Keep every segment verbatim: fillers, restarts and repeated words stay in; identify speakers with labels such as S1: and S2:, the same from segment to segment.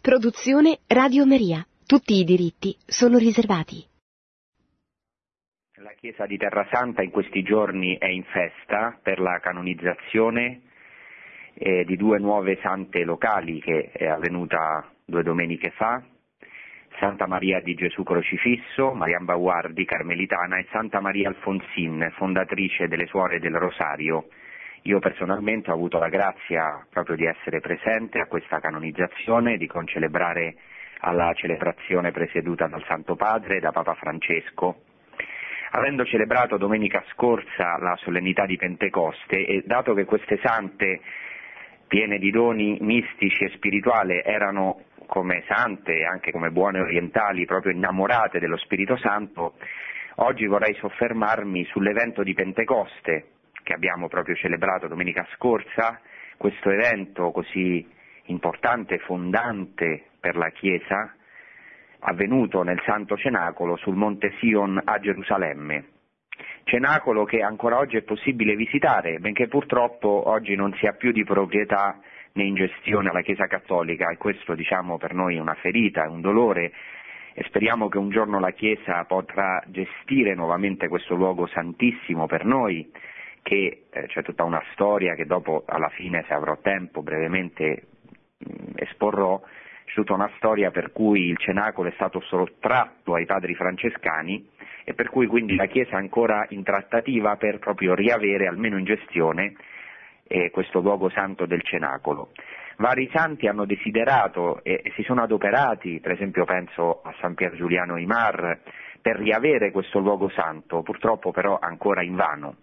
S1: Produzione Radio Maria. Tutti i diritti sono riservati.
S2: La Chiesa di Terrasanta in questi giorni è in festa per la canonizzazione eh, di due nuove sante locali che è avvenuta due domeniche fa: Santa Maria di Gesù Crocifisso, Marian Bauardi, carmelitana, e Santa Maria Alfonsin, fondatrice delle Suore del Rosario. Io personalmente ho avuto la grazia proprio di essere presente a questa canonizzazione, di concelebrare alla celebrazione presieduta dal Santo Padre e da Papa Francesco. Avendo celebrato domenica scorsa la solennità di Pentecoste, e dato che queste sante, piene di doni mistici e spirituali, erano come sante e anche come buone orientali proprio innamorate dello Spirito Santo, oggi vorrei soffermarmi sull'evento di Pentecoste che abbiamo proprio celebrato domenica scorsa, questo evento così importante, fondante per la Chiesa, avvenuto nel Santo Cenacolo sul Monte Sion a Gerusalemme. Cenacolo che ancora oggi è possibile visitare, benché purtroppo oggi non sia più di proprietà né in gestione alla Chiesa Cattolica, e questo, diciamo, per noi è una ferita, è un dolore, e speriamo che un giorno la Chiesa potrà gestire nuovamente questo luogo santissimo per noi, che eh, c'è tutta una storia che dopo, alla fine, se avrò tempo, brevemente mh, esporrò. C'è tutta una storia per cui il Cenacolo è stato sottratto ai padri francescani e per cui quindi la Chiesa è ancora in trattativa per proprio riavere, almeno in gestione, eh, questo luogo santo del Cenacolo. Vari santi hanno desiderato e, e si sono adoperati, per esempio penso a San Pier Giuliano Imar, per riavere questo luogo santo, purtroppo però ancora invano.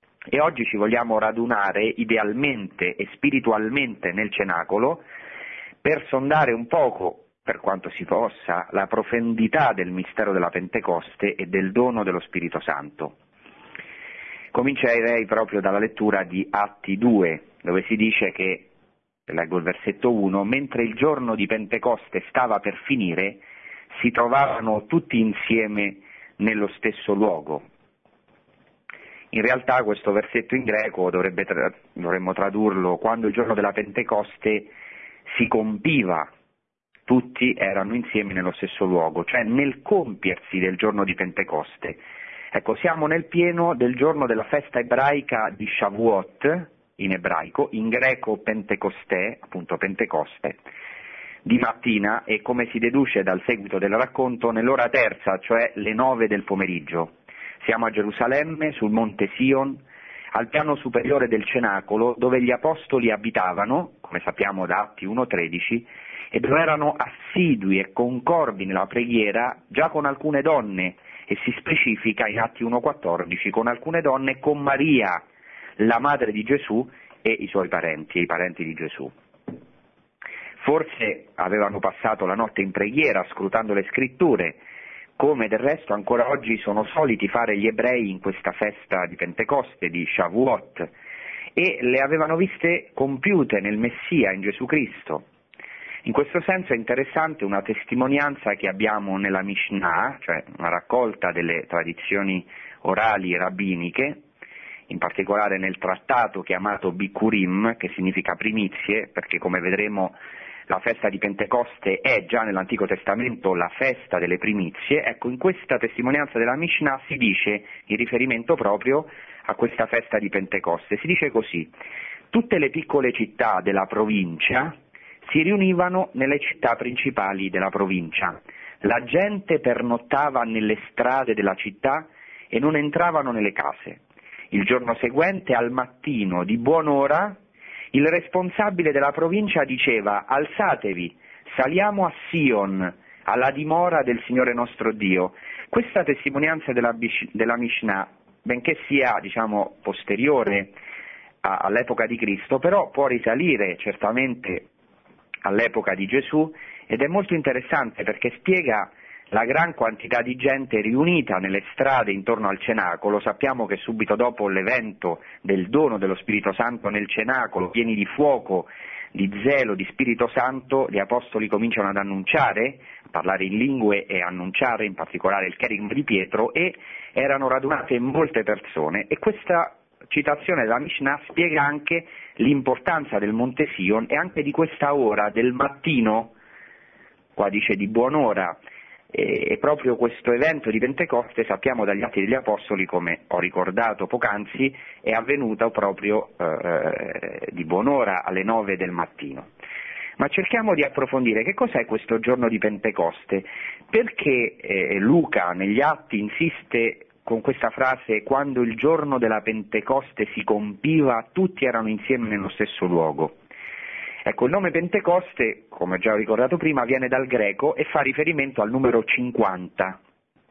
S2: E oggi ci vogliamo radunare idealmente e spiritualmente nel Cenacolo per sondare un poco, per quanto si possa, la profondità del mistero della Pentecoste e del dono dello Spirito Santo. Comincerei proprio dalla lettura di Atti due, dove si dice che, leggo il versetto uno, mentre il giorno di Pentecoste stava per finire, si trovavano tutti insieme nello stesso luogo. In realtà questo versetto in greco dovrebbe tra- dovremmo tradurlo: quando il giorno della Pentecoste si compiva, tutti erano insieme nello stesso luogo, cioè nel compiersi del giorno di Pentecoste. Ecco, siamo nel pieno del giorno della festa ebraica di Shavuot, in ebraico, in greco Pentecostè, appunto Pentecoste, di mattina, e come si deduce dal seguito del racconto, nell'ora terza, cioè le nove del pomeriggio. Siamo a Gerusalemme, sul Monte Sion, al piano superiore del Cenacolo, dove gli apostoli abitavano, come sappiamo da Atti uno tredici, e dove erano assidui e concordi nella preghiera già con alcune donne, e si specifica in Atti uno quattordici, con alcune donne, con Maria, la madre di Gesù, e i suoi parenti, e i parenti di Gesù. Forse avevano passato la notte in preghiera, scrutando le scritture, come del resto ancora oggi sono soliti fare gli ebrei in questa festa di Pentecoste, di Shavuot, e le avevano viste compiute nel Messia, in Gesù Cristo. In questo senso è interessante una testimonianza che abbiamo nella Mishnah, cioè una raccolta delle tradizioni orali rabbiniche, in particolare nel trattato chiamato Bikurim, che significa primizie, perché come vedremo la festa di Pentecoste è già nell'Antico Testamento la festa delle primizie. Ecco, in questa testimonianza della Mishnah si dice, in riferimento proprio a questa festa di Pentecoste, si dice così: tutte le piccole città della provincia si riunivano nelle città principali della provincia. La gente pernottava nelle strade della città e non entravano nelle case. Il giorno seguente, al mattino, di buon'ora, il responsabile della provincia diceva: alzatevi, saliamo a Sion, alla dimora del Signore nostro Dio. Questa testimonianza della, della Mishnah, benché sia, diciamo, posteriore a, all'epoca di Cristo, però può risalire certamente all'epoca di Gesù, ed è molto interessante perché spiega la gran quantità di gente riunita nelle strade intorno al Cenacolo. Sappiamo che subito dopo l'evento del dono dello Spirito Santo nel Cenacolo, pieni di fuoco, di zelo, di Spirito Santo, gli apostoli cominciano ad annunciare, a parlare in lingue e annunciare, in particolare il cherigma di Pietro, e erano radunate molte persone. E questa citazione della Mishnah spiega anche l'importanza del Monte Sion e anche di questa ora del mattino qua dice di buon'ora, e proprio questo evento di Pentecoste, sappiamo dagli Atti degli Apostoli, come ho ricordato poc'anzi, è avvenuto proprio eh, di buon'ora alle nove del mattino. Ma cerchiamo di approfondire che cos'è questo giorno di Pentecoste, perché eh, Luca negli Atti insiste con questa frase: quando il giorno della Pentecoste si compiva, tutti erano insieme nello stesso luogo. Ecco, il nome Pentecoste, come già ho ricordato prima, viene dal greco e fa riferimento al numero cinquanta.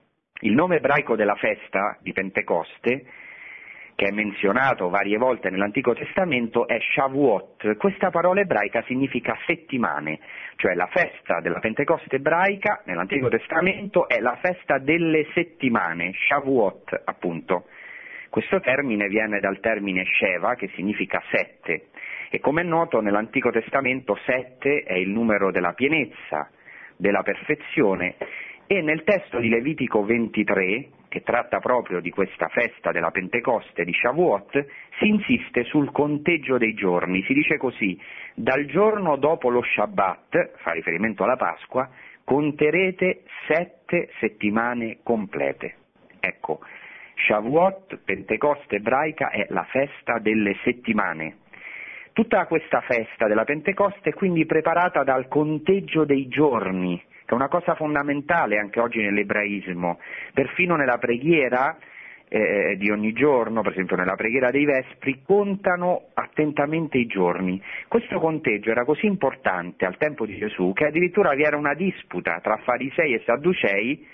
S2: Il nome ebraico della festa di Pentecoste, che è menzionato varie volte nell'Antico Testamento, è Shavuot. Questa parola ebraica significa settimane, cioè la festa della Pentecoste ebraica nell'Antico Testamento è la festa delle settimane, Shavuot appunto. Questo termine viene dal termine Sheva, che significa sette, e come è noto nell'Antico Testamento sette è il numero della pienezza, della perfezione, e nel testo di Levitico ventitré, che tratta proprio di questa festa della Pentecoste di Shavuot, si insiste sul conteggio dei giorni. Si dice così: dal giorno dopo lo Shabbat, fa riferimento alla Pasqua, conterete sette settimane complete. Ecco, Shavuot, Pentecoste ebraica, è la festa delle settimane. Tutta questa festa della Pentecoste è quindi preparata dal conteggio dei giorni, che è una cosa fondamentale anche oggi nell'ebraismo. Perfino nella preghiera eh, di ogni giorno, per esempio nella preghiera dei Vespri, contano attentamente i giorni. Questo conteggio era così importante al tempo di Gesù che addirittura vi era una disputa tra farisei e sadducei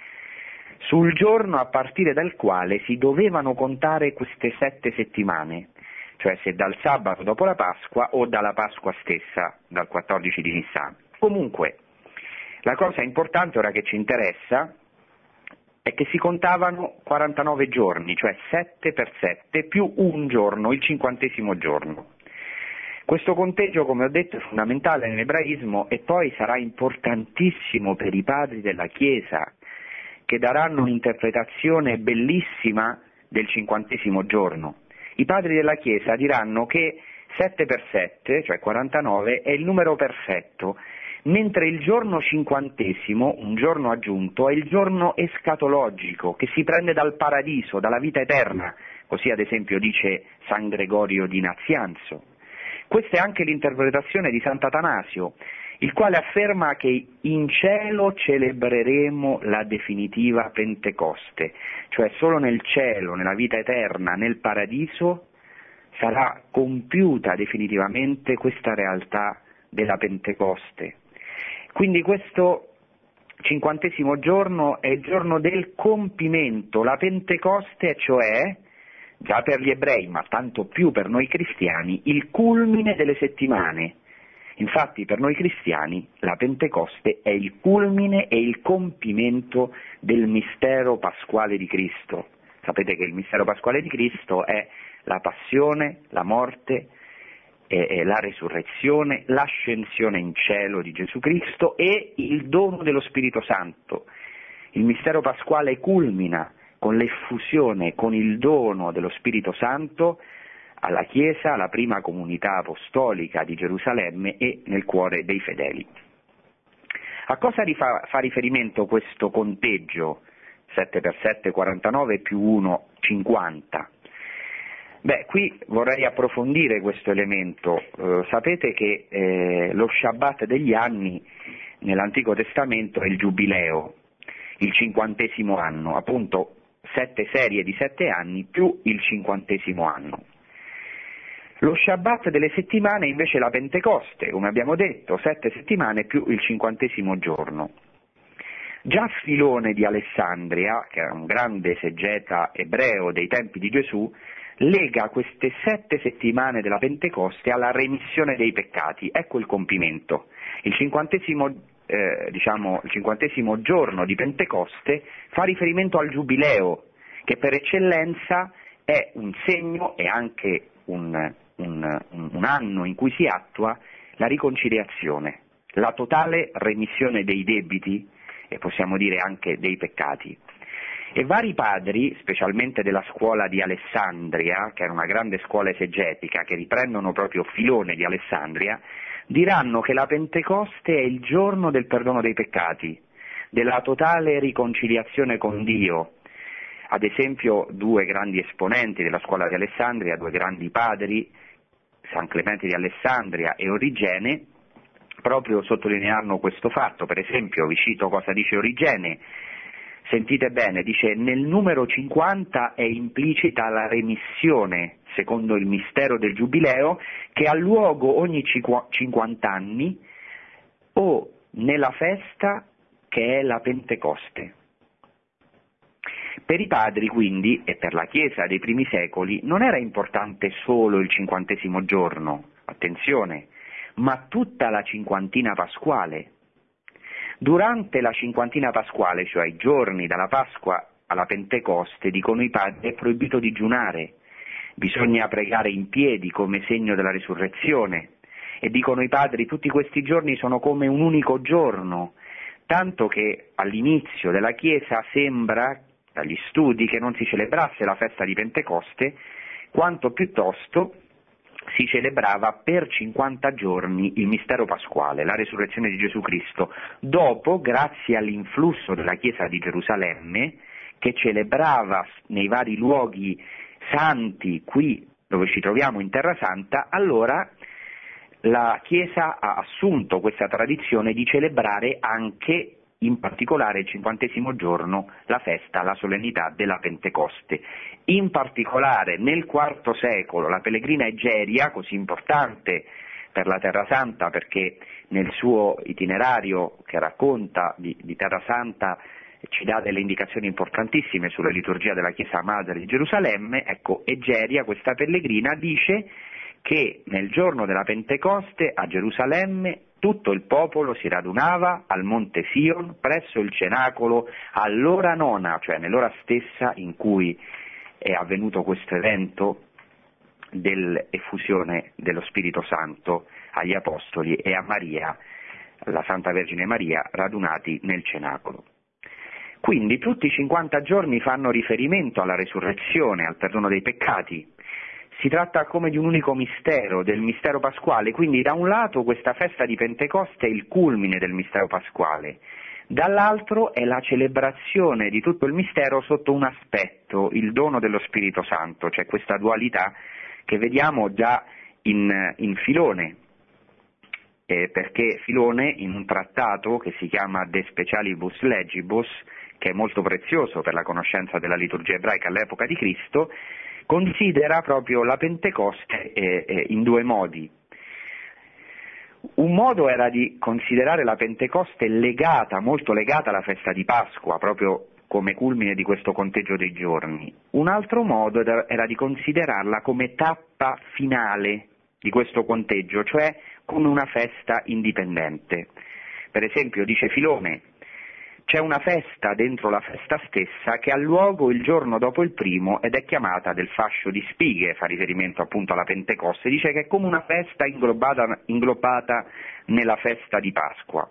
S2: sul giorno a partire dal quale si dovevano contare queste sette settimane, cioè se dal sabato dopo la Pasqua o dalla Pasqua stessa, dal quattordici di Nissan. Comunque, la cosa importante ora che ci interessa è che si contavano quarantanove giorni, cioè sette per sette più un giorno, il cinquantesimo giorno. Questo conteggio, come ho detto, è fondamentale nell'ebraismo e poi sarà importantissimo per i padri della Chiesa, che daranno un'interpretazione bellissima del cinquantesimo giorno. I padri della Chiesa diranno che sette per sette, cioè quarantanove, è il numero perfetto, mentre il giorno cinquantesimo, un giorno aggiunto, è il giorno escatologico, che si prende dal paradiso, dalla vita eterna, così ad esempio dice San Gregorio di Nazianzo. Questa è anche l'interpretazione di Sant'Atanasio, il quale afferma che in cielo celebreremo la definitiva Pentecoste, cioè solo nel cielo, nella vita eterna, nel paradiso, sarà compiuta definitivamente questa realtà della Pentecoste. Quindi questo cinquantesimo giorno è il giorno del compimento. La Pentecoste è cioè, già per gli ebrei, ma tanto più per noi cristiani, il culmine delle settimane. Infatti per noi cristiani la Pentecoste è il culmine e il compimento del mistero pasquale di Cristo. Sapete che il mistero pasquale di Cristo è la passione, la morte, eh, la resurrezione, l'ascensione in cielo di Gesù Cristo e il dono dello Spirito Santo. Il mistero pasquale culmina con l'effusione, con il dono dello Spirito Santo alla Chiesa, alla prima comunità apostolica di Gerusalemme e nel cuore dei fedeli. A cosa fa, fa riferimento questo conteggio sette per sette, quarantanove più uno, cinquanta? Beh, qui vorrei approfondire questo elemento. Eh, sapete che eh, lo Shabbat degli anni nell'Antico Testamento è il Giubileo, il cinquantesimo anno, appunto sette serie di sette anni più il cinquantesimo anno. Lo Shabbat delle settimane invece è la Pentecoste, come abbiamo detto, sette settimane più il cinquantesimo giorno. Già Filone di Alessandria, che era un grande esegeta ebreo dei tempi di Gesù, lega queste sette settimane della Pentecoste alla remissione dei peccati. Ecco il compimento. Il cinquantesimo, eh, diciamo, il cinquantesimo giorno di Pentecoste fa riferimento al Giubileo, che per eccellenza è un segno e anche un Un, un anno in cui si attua la riconciliazione, la totale remissione dei debiti e possiamo dire anche dei peccati. E vari padri, specialmente della scuola di Alessandria, che era una grande scuola esegetica, che riprendono proprio Filone di Alessandria, diranno che la Pentecoste è il giorno del perdono dei peccati, della totale riconciliazione con Dio. Ad esempio due grandi esponenti della scuola di Alessandria, due grandi padri, San Clemente di Alessandria e Origene, proprio sottolinearono questo fatto. Per esempio, vi cito cosa dice Origene, sentite bene, dice: nel numero cinquanta è implicita la remissione, secondo il mistero del Giubileo, che ha luogo ogni cinquanta anni o nella festa che è la Pentecoste. Per i padri, quindi, e per la Chiesa dei primi secoli, non era importante solo il cinquantesimo giorno, attenzione, ma tutta la cinquantina pasquale. Durante la cinquantina pasquale, cioè i giorni dalla Pasqua alla Pentecoste, dicono i padri, è proibito digiunare, bisogna pregare in piedi come segno della risurrezione, e dicono i padri, tutti questi giorni sono come un unico giorno, tanto che all'inizio della Chiesa sembra, dagli studi, che non si celebrasse la festa di Pentecoste, quanto piuttosto si celebrava per cinquanta giorni il mistero pasquale, la resurrezione di Gesù Cristo. Dopo, grazie all'influsso della Chiesa di Gerusalemme, che celebrava nei vari luoghi santi, qui dove ci troviamo in Terra Santa, allora la Chiesa ha assunto questa tradizione di celebrare anche, in particolare il cinquantesimo giorno, la festa, la solennità della Pentecoste. In particolare nel quarto secolo la pellegrina Egeria, così importante per la Terra Santa perché nel suo itinerario che racconta di, di Terra Santa ci dà delle indicazioni importantissime sulla liturgia della Chiesa Madre di Gerusalemme, ecco, Egeria, questa pellegrina, dice che nel giorno della Pentecoste a Gerusalemme tutto il popolo si radunava al Monte Sion presso il cenacolo all'ora nona, cioè nell'ora stessa in cui è avvenuto questo evento dell'effusione dello Spirito Santo agli Apostoli e a Maria, la Santa Vergine Maria, radunati nel cenacolo. Quindi tutti i cinquanta giorni fanno riferimento alla resurrezione, al perdono dei peccati. Si tratta come di un unico mistero, del mistero pasquale, quindi da un lato questa festa di Pentecoste è il culmine del mistero pasquale, dall'altro è la celebrazione di tutto il mistero sotto un aspetto, il dono dello Spirito Santo, cioè questa dualità che vediamo già in, in Filone, eh, perché Filone in un trattato che si chiama De Specialibus Legibus, che è molto prezioso per la conoscenza della liturgia ebraica all'epoca di Cristo, considera proprio la Pentecoste eh, eh, in due modi. Un modo era di considerare la Pentecoste legata, molto legata alla festa di Pasqua, proprio come culmine di questo conteggio dei giorni. Un altro modo era di considerarla come tappa finale di questo conteggio, cioè come una festa indipendente. Per esempio, dice Filone, c'è una festa dentro la festa stessa che ha luogo il giorno dopo il primo ed è chiamata del fascio di spighe, fa riferimento appunto alla Pentecoste, dice che è come una festa inglobata, inglobata nella festa di Pasqua.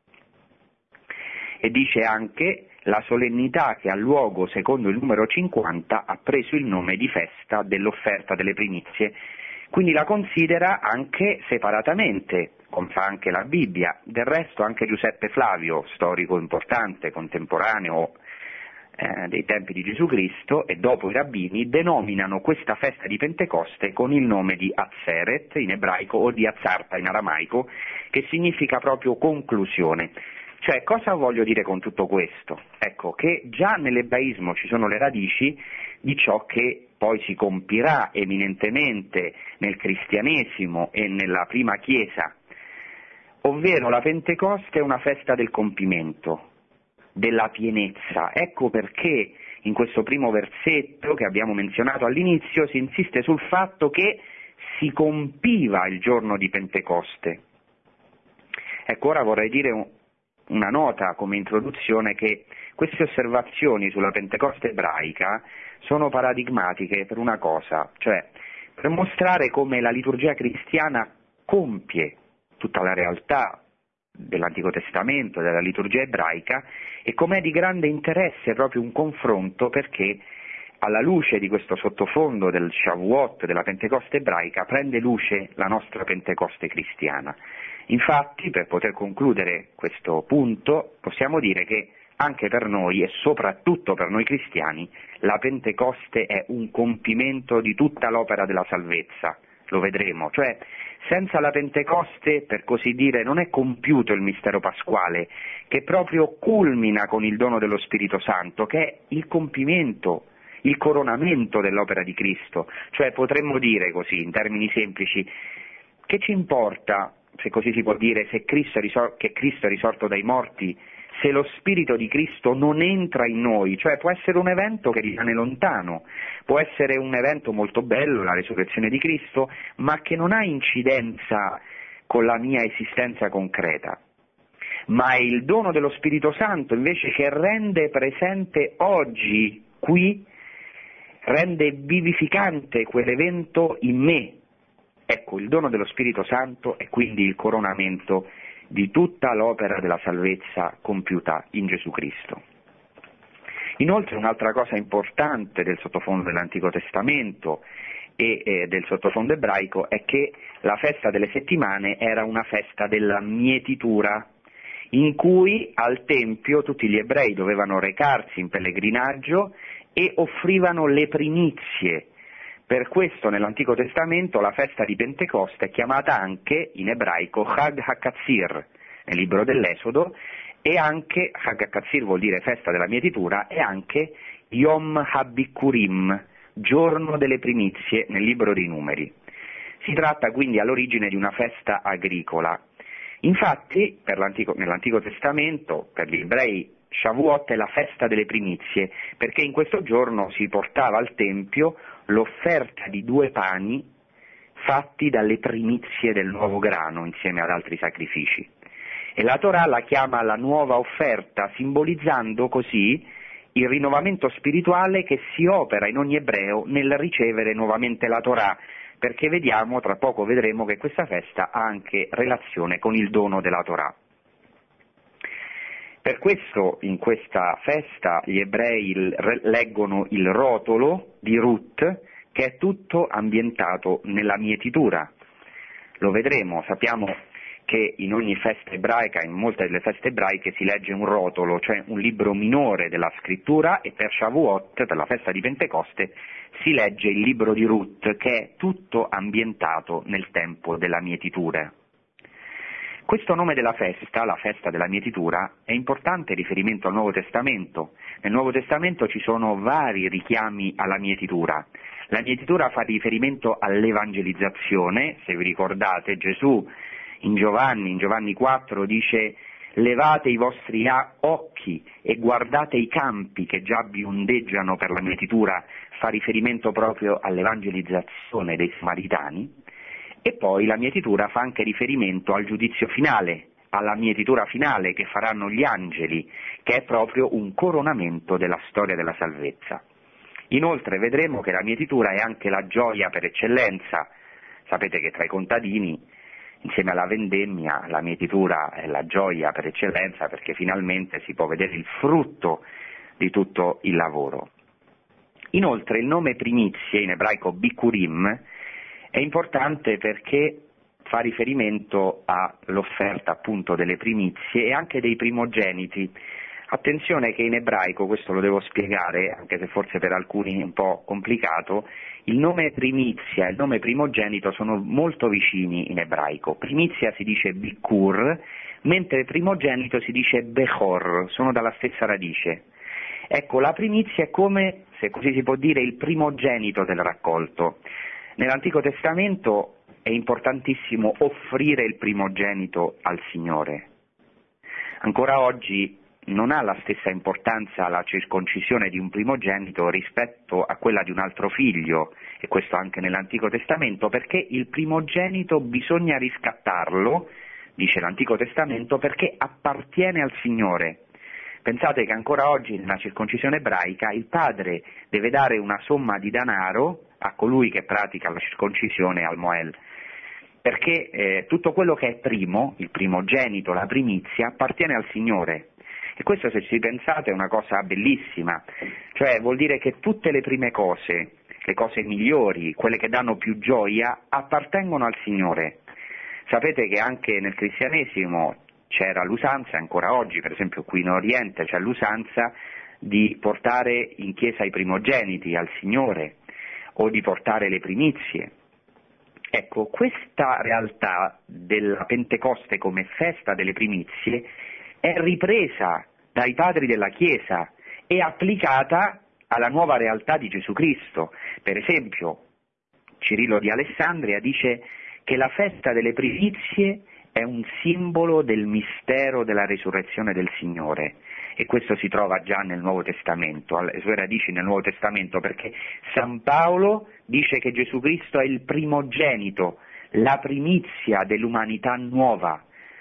S2: E dice anche la solennità che ha luogo secondo il numero cinquanta ha preso il nome di festa dell'offerta delle primizie, quindi la considera anche separatamente, come fa anche la Bibbia. Del resto anche Giuseppe Flavio, storico importante, contemporaneo eh, dei tempi di Gesù Cristo, e dopo i rabbini, denominano questa festa di Pentecoste con il nome di Atzeret in ebraico o di Azzarta in aramaico, che significa proprio conclusione. Cioè, cosa voglio dire con tutto questo? Ecco, che già nell'ebraismo ci sono le radici di ciò che poi si compirà eminentemente nel cristianesimo e nella prima Chiesa, ovvero la Pentecoste è una festa del compimento, della pienezza. Ecco perché in questo primo versetto che abbiamo menzionato all'inizio si insiste sul fatto che si compiva il giorno di Pentecoste. Ecco, ora vorrei dire un una nota come introduzione che queste osservazioni sulla Pentecoste ebraica sono paradigmatiche per una cosa, cioè per mostrare come la liturgia cristiana compie tutta la realtà dell'Antico Testamento, della liturgia ebraica, e com'è di grande interesse proprio un confronto, perché alla luce di questo sottofondo del Shavuot, della Pentecoste ebraica, prende luce la nostra Pentecoste cristiana. Infatti, per poter concludere questo punto, possiamo dire che anche per noi e soprattutto per noi cristiani la Pentecoste è un compimento di tutta l'opera della salvezza, lo vedremo, cioè senza la Pentecoste, per così dire, non è compiuto il mistero pasquale, che proprio culmina con il dono dello Spirito Santo, che è il compimento, il coronamento dell'opera di Cristo. Cioè potremmo dire così, in termini semplici, che ci importa, se così si può dire, se Cristo è risor- che Cristo è risorto dai morti, se lo Spirito di Cristo non entra in noi, cioè può essere un evento che rimane lontano, può essere un evento molto bello, la resurrezione di Cristo, ma che non ha incidenza con la mia esistenza concreta. Ma è il dono dello Spirito Santo invece che rende presente oggi, qui, rende vivificante quell'evento in me. Ecco, il dono dello Spirito Santo è quindi il coronamento di tutta l'opera della salvezza compiuta in Gesù Cristo. Inoltre un'altra cosa importante del sottofondo dell'Antico Testamento e eh, del sottofondo ebraico è che la festa delle settimane era una festa della mietitura, in cui al Tempio tutti gli ebrei dovevano recarsi in pellegrinaggio e offrivano le primizie. Per questo nell'Antico Testamento la festa di Pentecoste è chiamata anche in ebraico Chag HaKatzir, nel libro dell'Esodo, e anche Chag HaKatzir vuol dire festa della mietitura, e anche Yom HaBikurim, giorno delle primizie, nel libro dei Numeri. Si tratta quindi all'origine di una festa agricola. Infatti per l'Antico, nell'Antico Testamento, per gli ebrei, Shavuot è la festa delle primizie, perché in questo giorno si portava al Tempio l'offerta di due pani fatti dalle primizie del nuovo grano insieme ad altri sacrifici. E la Torah la chiama la nuova offerta, simbolizzando così il rinnovamento spirituale che si opera in ogni ebreo nel ricevere nuovamente la Torah, perché vediamo, tra poco vedremo che questa festa ha anche relazione con il dono della Torah. Per questo in questa festa gli ebrei leggono il rotolo di Ruth, che è tutto ambientato nella mietitura. Lo vedremo, sappiamo che in ogni festa ebraica, in molte delle feste ebraiche, si legge un rotolo, cioè un libro minore della scrittura, e per Shavuot, per la festa di Pentecoste, si legge il libro di Ruth, che è tutto ambientato nel tempo della mietitura. Questo nome della festa, la festa della mietitura, è importante in riferimento al Nuovo Testamento. Nel Nuovo Testamento ci sono vari richiami alla mietitura. La mietitura fa riferimento all'evangelizzazione, se vi ricordate Gesù in Giovanni, in Giovanni quattro dice: levate i vostri occhi e guardate i campi che già biondeggiano per la mietitura, fa riferimento proprio all'evangelizzazione dei Samaritani. E poi la mietitura fa anche riferimento al giudizio finale, alla mietitura finale che faranno gli angeli, che è proprio un coronamento della storia della salvezza. Inoltre vedremo che la mietitura è anche la gioia per eccellenza. Sapete che tra i contadini, insieme alla vendemmia, la mietitura è la gioia per eccellenza, perché finalmente si può vedere il frutto di tutto il lavoro. Inoltre il nome primizie, in ebraico Bikurim, è importante perché fa riferimento all'offerta appunto delle primizie e anche dei primogeniti. Attenzione che in ebraico, questo lo devo spiegare, anche se forse per alcuni è un po' complicato, il nome primizia e il nome primogenito sono molto vicini in ebraico. Primizia si dice bikur, mentre primogenito si dice bechor, sono dalla stessa radice. Ecco, la primizia è come, se così si può dire, il primogenito del raccolto. Nell'Antico Testamento è importantissimo offrire il primogenito al Signore. Ancora oggi non ha la stessa importanza la circoncisione di un primogenito rispetto a quella di un altro figlio, e questo anche nell'Antico Testamento, perché il primogenito bisogna riscattarlo, dice l'Antico Testamento, perché appartiene al Signore. Pensate che ancora oggi nella circoncisione ebraica il padre deve dare una somma di denaro a colui che pratica la circoncisione al Moel, perché eh, tutto quello che è primo, il primogenito, la primizia, appartiene al Signore. E questo, se ci pensate, è una cosa bellissima, cioè vuol dire che tutte le prime cose, le cose migliori, quelle che danno più gioia, appartengono al Signore. Sapete che anche nel cristianesimo c'era l'usanza, ancora oggi, per esempio qui in Oriente c'è l'usanza di portare in chiesa i primogeniti al Signore o di portare le primizie. Ecco, questa realtà della Pentecoste come festa delle primizie è ripresa dai padri della Chiesa e applicata alla nuova realtà di Gesù Cristo. Per esempio, Cirillo di Alessandria dice che la festa delle primizie è un simbolo del mistero della risurrezione del Signore, e questo si trova già nel Nuovo Testamento, alle sue radici nel Nuovo Testamento, perché San Paolo dice che Gesù Cristo è il primogenito, la primizia dell'umanità nuova,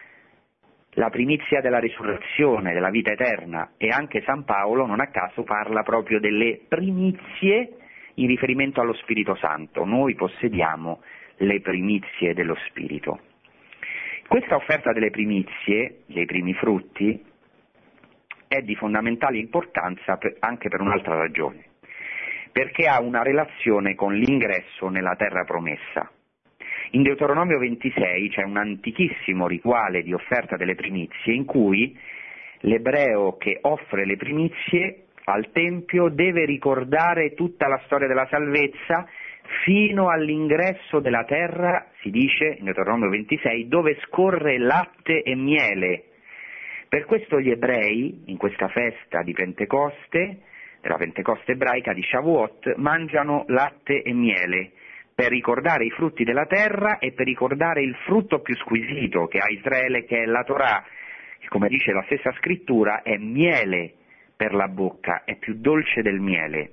S2: la primizia della risurrezione, della vita eterna, e anche San Paolo, non a caso, parla proprio delle primizie in riferimento allo Spirito Santo. Noi possediamo le primizie dello Spirito. Questa offerta delle primizie, dei primi frutti, è di fondamentale importanza per, anche per un'altra ragione, perché ha una relazione con l'ingresso nella terra promessa. In Deuteronomio ventisei c'è un antichissimo rituale di offerta delle primizie in cui l'ebreo che offre le primizie al Tempio deve ricordare tutta la storia della salvezza fino all'ingresso della terra, si dice in Deuteronomio ventisei, dove scorre latte e miele. Per questo gli ebrei, in questa festa di Pentecoste, della Pentecoste ebraica di Shavuot, mangiano latte e miele per ricordare i frutti della terra e per ricordare il frutto più squisito che ha Israele, che è la Torah, che come dice la stessa scrittura è miele per la bocca, è più dolce del miele.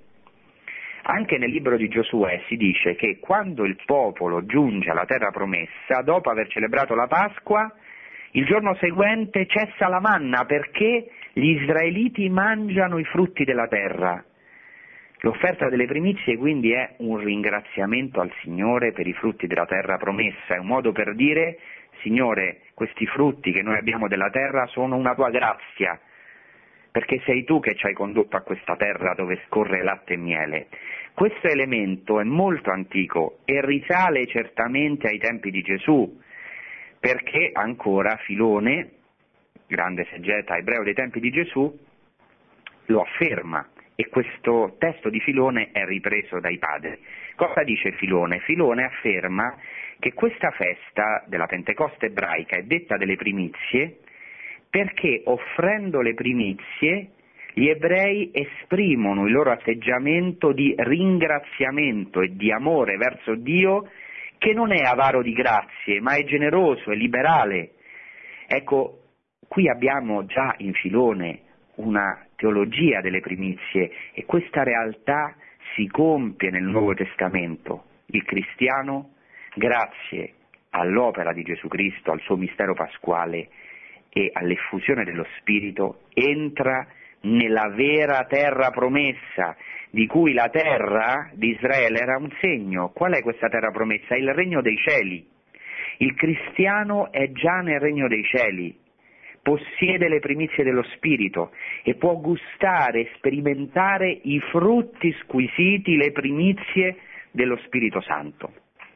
S2: Anche nel libro di Giosuè si dice che quando il popolo giunge alla terra promessa, dopo aver celebrato la Pasqua, il giorno seguente cessa la manna perché gli israeliti mangiano i frutti della terra. L'offerta delle primizie quindi è un ringraziamento al Signore per i frutti della terra promessa, è un modo per dire: Signore, questi frutti che noi abbiamo della terra sono una tua grazia, perché sei tu che ci hai condotto a questa terra dove scorre latte e miele. Questo elemento è molto antico e risale certamente ai tempi di Gesù, perché ancora Filone, grande esegeta ebreo dei tempi di Gesù, lo afferma, e questo testo di Filone è ripreso dai padri. Cosa dice Filone? Filone afferma che questa festa della Pentecoste ebraica è detta delle primizie perché offrendo le primizie gli ebrei esprimono il loro atteggiamento di ringraziamento e di amore verso Dio, che non è avaro di grazie, ma è generoso e liberale. Ecco, qui abbiamo già in Filone una teologia delle primizie e questa realtà si compie nel Nuovo Testamento. Il cristiano, grazie all'opera di Gesù Cristo, al suo mistero pasquale e all'effusione dello Spirito, entra nella vera terra promessa, di cui la terra di Israele era un segno. Qual è questa terra promessa? Il regno dei cieli. Il cristiano è già nel regno dei cieli, possiede le primizie dello Spirito e può gustare, sperimentare i frutti squisiti, le primizie dello Spirito Santo.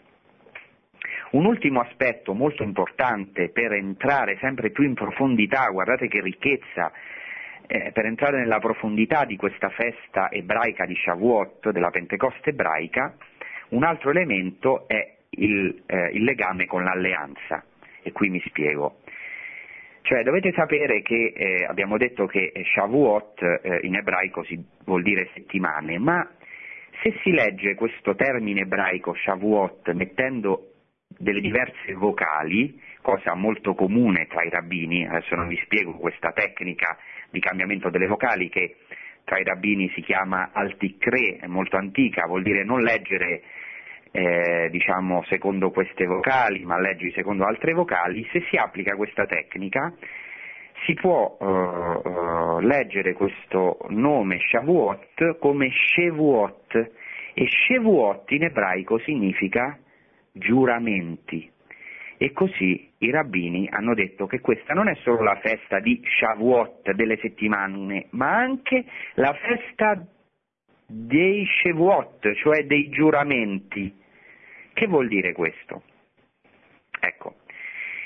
S2: Un ultimo aspetto molto importante per entrare sempre più in profondità, guardate che ricchezza, eh, per entrare nella profondità di questa festa ebraica di Shavuot, della Pentecoste ebraica, un altro elemento è il, eh, il legame con l'alleanza, e qui mi spiego. Cioè dovete sapere che eh, abbiamo detto che Shavuot eh, in ebraico si vuol dire settimane, ma se si legge questo termine ebraico Shavuot mettendo delle diverse vocali, cosa molto comune tra i rabbini, adesso non vi spiego questa tecnica di cambiamento delle vocali che tra i rabbini si chiama altikre, è molto antica, vuol dire non leggere eh, diciamo secondo queste vocali, ma leggi secondo altre vocali. Se si applica questa tecnica si può uh, uh, leggere questo nome Shavuot come Shevuot, e Shevuot in ebraico significa giuramenti. E così i rabbini hanno detto che questa non è solo la festa di Shavuot, delle settimane, ma anche la festa dei Shevuot, cioè dei giuramenti. Che vuol dire questo? Ecco,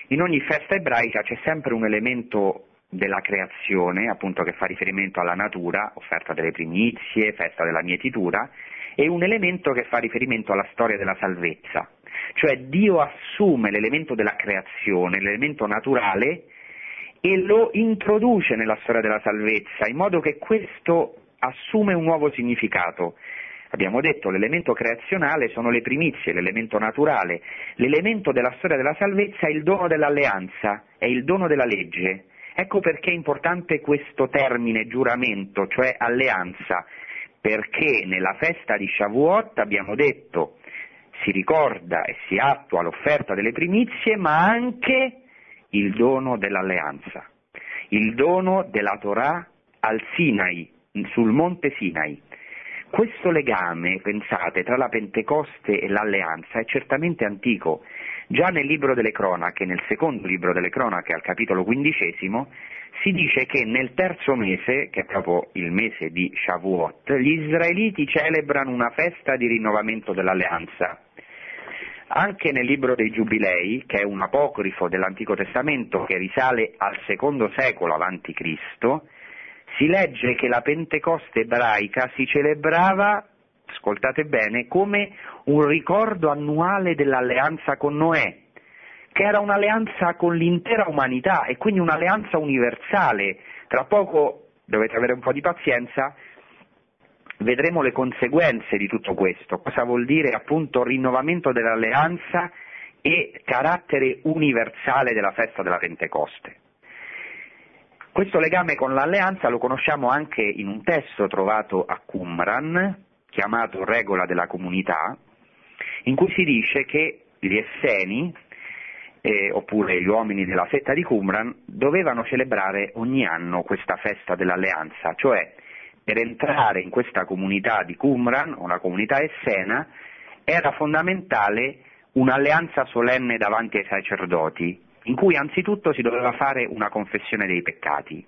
S2: In ogni festa ebraica c'è sempre un elemento della creazione, appunto, che fa riferimento alla natura, offerta delle primizie, festa della mietitura, e un elemento che fa riferimento alla storia della salvezza. Cioè Dio assume l'elemento della creazione, l'elemento naturale, e lo introduce nella storia della salvezza, in modo che questo assume un nuovo significato. Abbiamo detto l'elemento creazionale sono le primizie, l'elemento naturale, l'elemento della storia della salvezza è il dono dell'alleanza, è il dono della legge. Ecco perché è importante questo termine giuramento, cioè alleanza, perché nella festa di Shavuot abbiamo detto si ricorda e si attua l'offerta delle primizie, ma anche il dono dell'alleanza, il dono della Torah al Sinai, sul monte Sinai. Questo legame, pensate, tra la Pentecoste e l'alleanza è certamente antico. Già nel libro delle cronache, nel secondo libro delle cronache, al capitolo quindicesimo, si dice che nel terzo mese, che è proprio il mese di Shavuot, gli israeliti celebrano una festa di rinnovamento dell'alleanza. Anche nel libro dei Giubilei, che è un apocrifo dell'Antico Testamento che risale al secondo secolo avanti Cristo, si legge che la Pentecoste ebraica si celebrava, ascoltate bene, come un ricordo annuale dell'alleanza con Noè, che era un'alleanza con l'intera umanità e quindi un'alleanza universale. Tra poco, dovete avere un po' di pazienza, vedremo le conseguenze di tutto questo, cosa vuol dire appunto rinnovamento dell'alleanza e carattere universale della festa della Pentecoste. Questo legame con l'alleanza lo conosciamo anche in un testo trovato a Qumran, chiamato Regola della comunità, in cui si dice che gli Esseni, eh, oppure gli uomini della setta di Qumran, dovevano celebrare ogni anno questa festa dell'alleanza, cioè per entrare in questa comunità di Qumran, o la comunità essena, era fondamentale un'alleanza solenne davanti ai sacerdoti, in cui anzitutto si doveva fare una confessione dei peccati.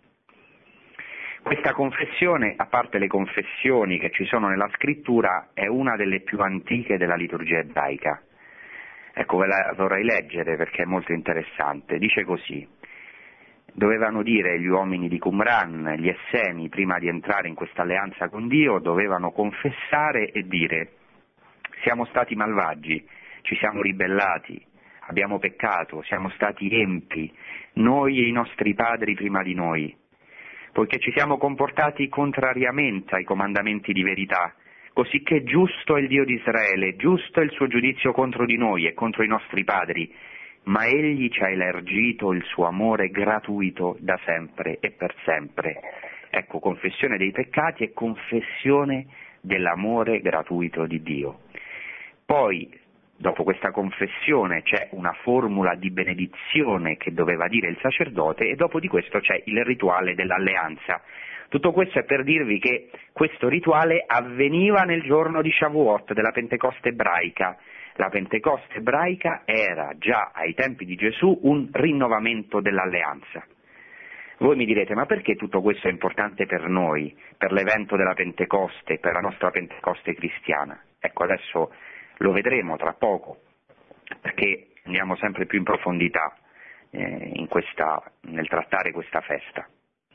S2: Questa confessione, a parte le confessioni che ci sono nella scrittura, è una delle più antiche della liturgia ebraica. Ecco, ve la vorrei leggere perché è molto interessante. Dice così: dovevano dire gli uomini di Qumran, gli Esseni, prima di entrare in questa alleanza con Dio, dovevano confessare e dire: siamo stati malvagi, ci siamo ribellati, abbiamo peccato, siamo stati empi, noi e i nostri padri prima di noi, poiché ci siamo comportati contrariamente ai comandamenti di verità, cosicché giusto è il Dio di Israele, giusto è il suo giudizio contro di noi e contro i nostri padri, ma egli ci ha elargito il suo amore gratuito da sempre e per sempre. Ecco, confessione dei peccati e confessione dell'amore gratuito di Dio. Poi, dopo questa confessione, c'è una formula di benedizione che doveva dire il sacerdote e dopo di questo c'è il rituale dell'alleanza. Tutto questo è per dirvi che questo rituale avveniva nel giorno di Shavuot, della Pentecoste ebraica. La Pentecoste ebraica era già ai tempi di Gesù un rinnovamento dell'alleanza. Voi mi direte: ma perché tutto questo è importante per noi, per l'evento della Pentecoste, per la nostra Pentecoste cristiana? Ecco, adesso lo vedremo tra poco, perché andiamo sempre più in profondità eh, in questa, nel trattare questa festa.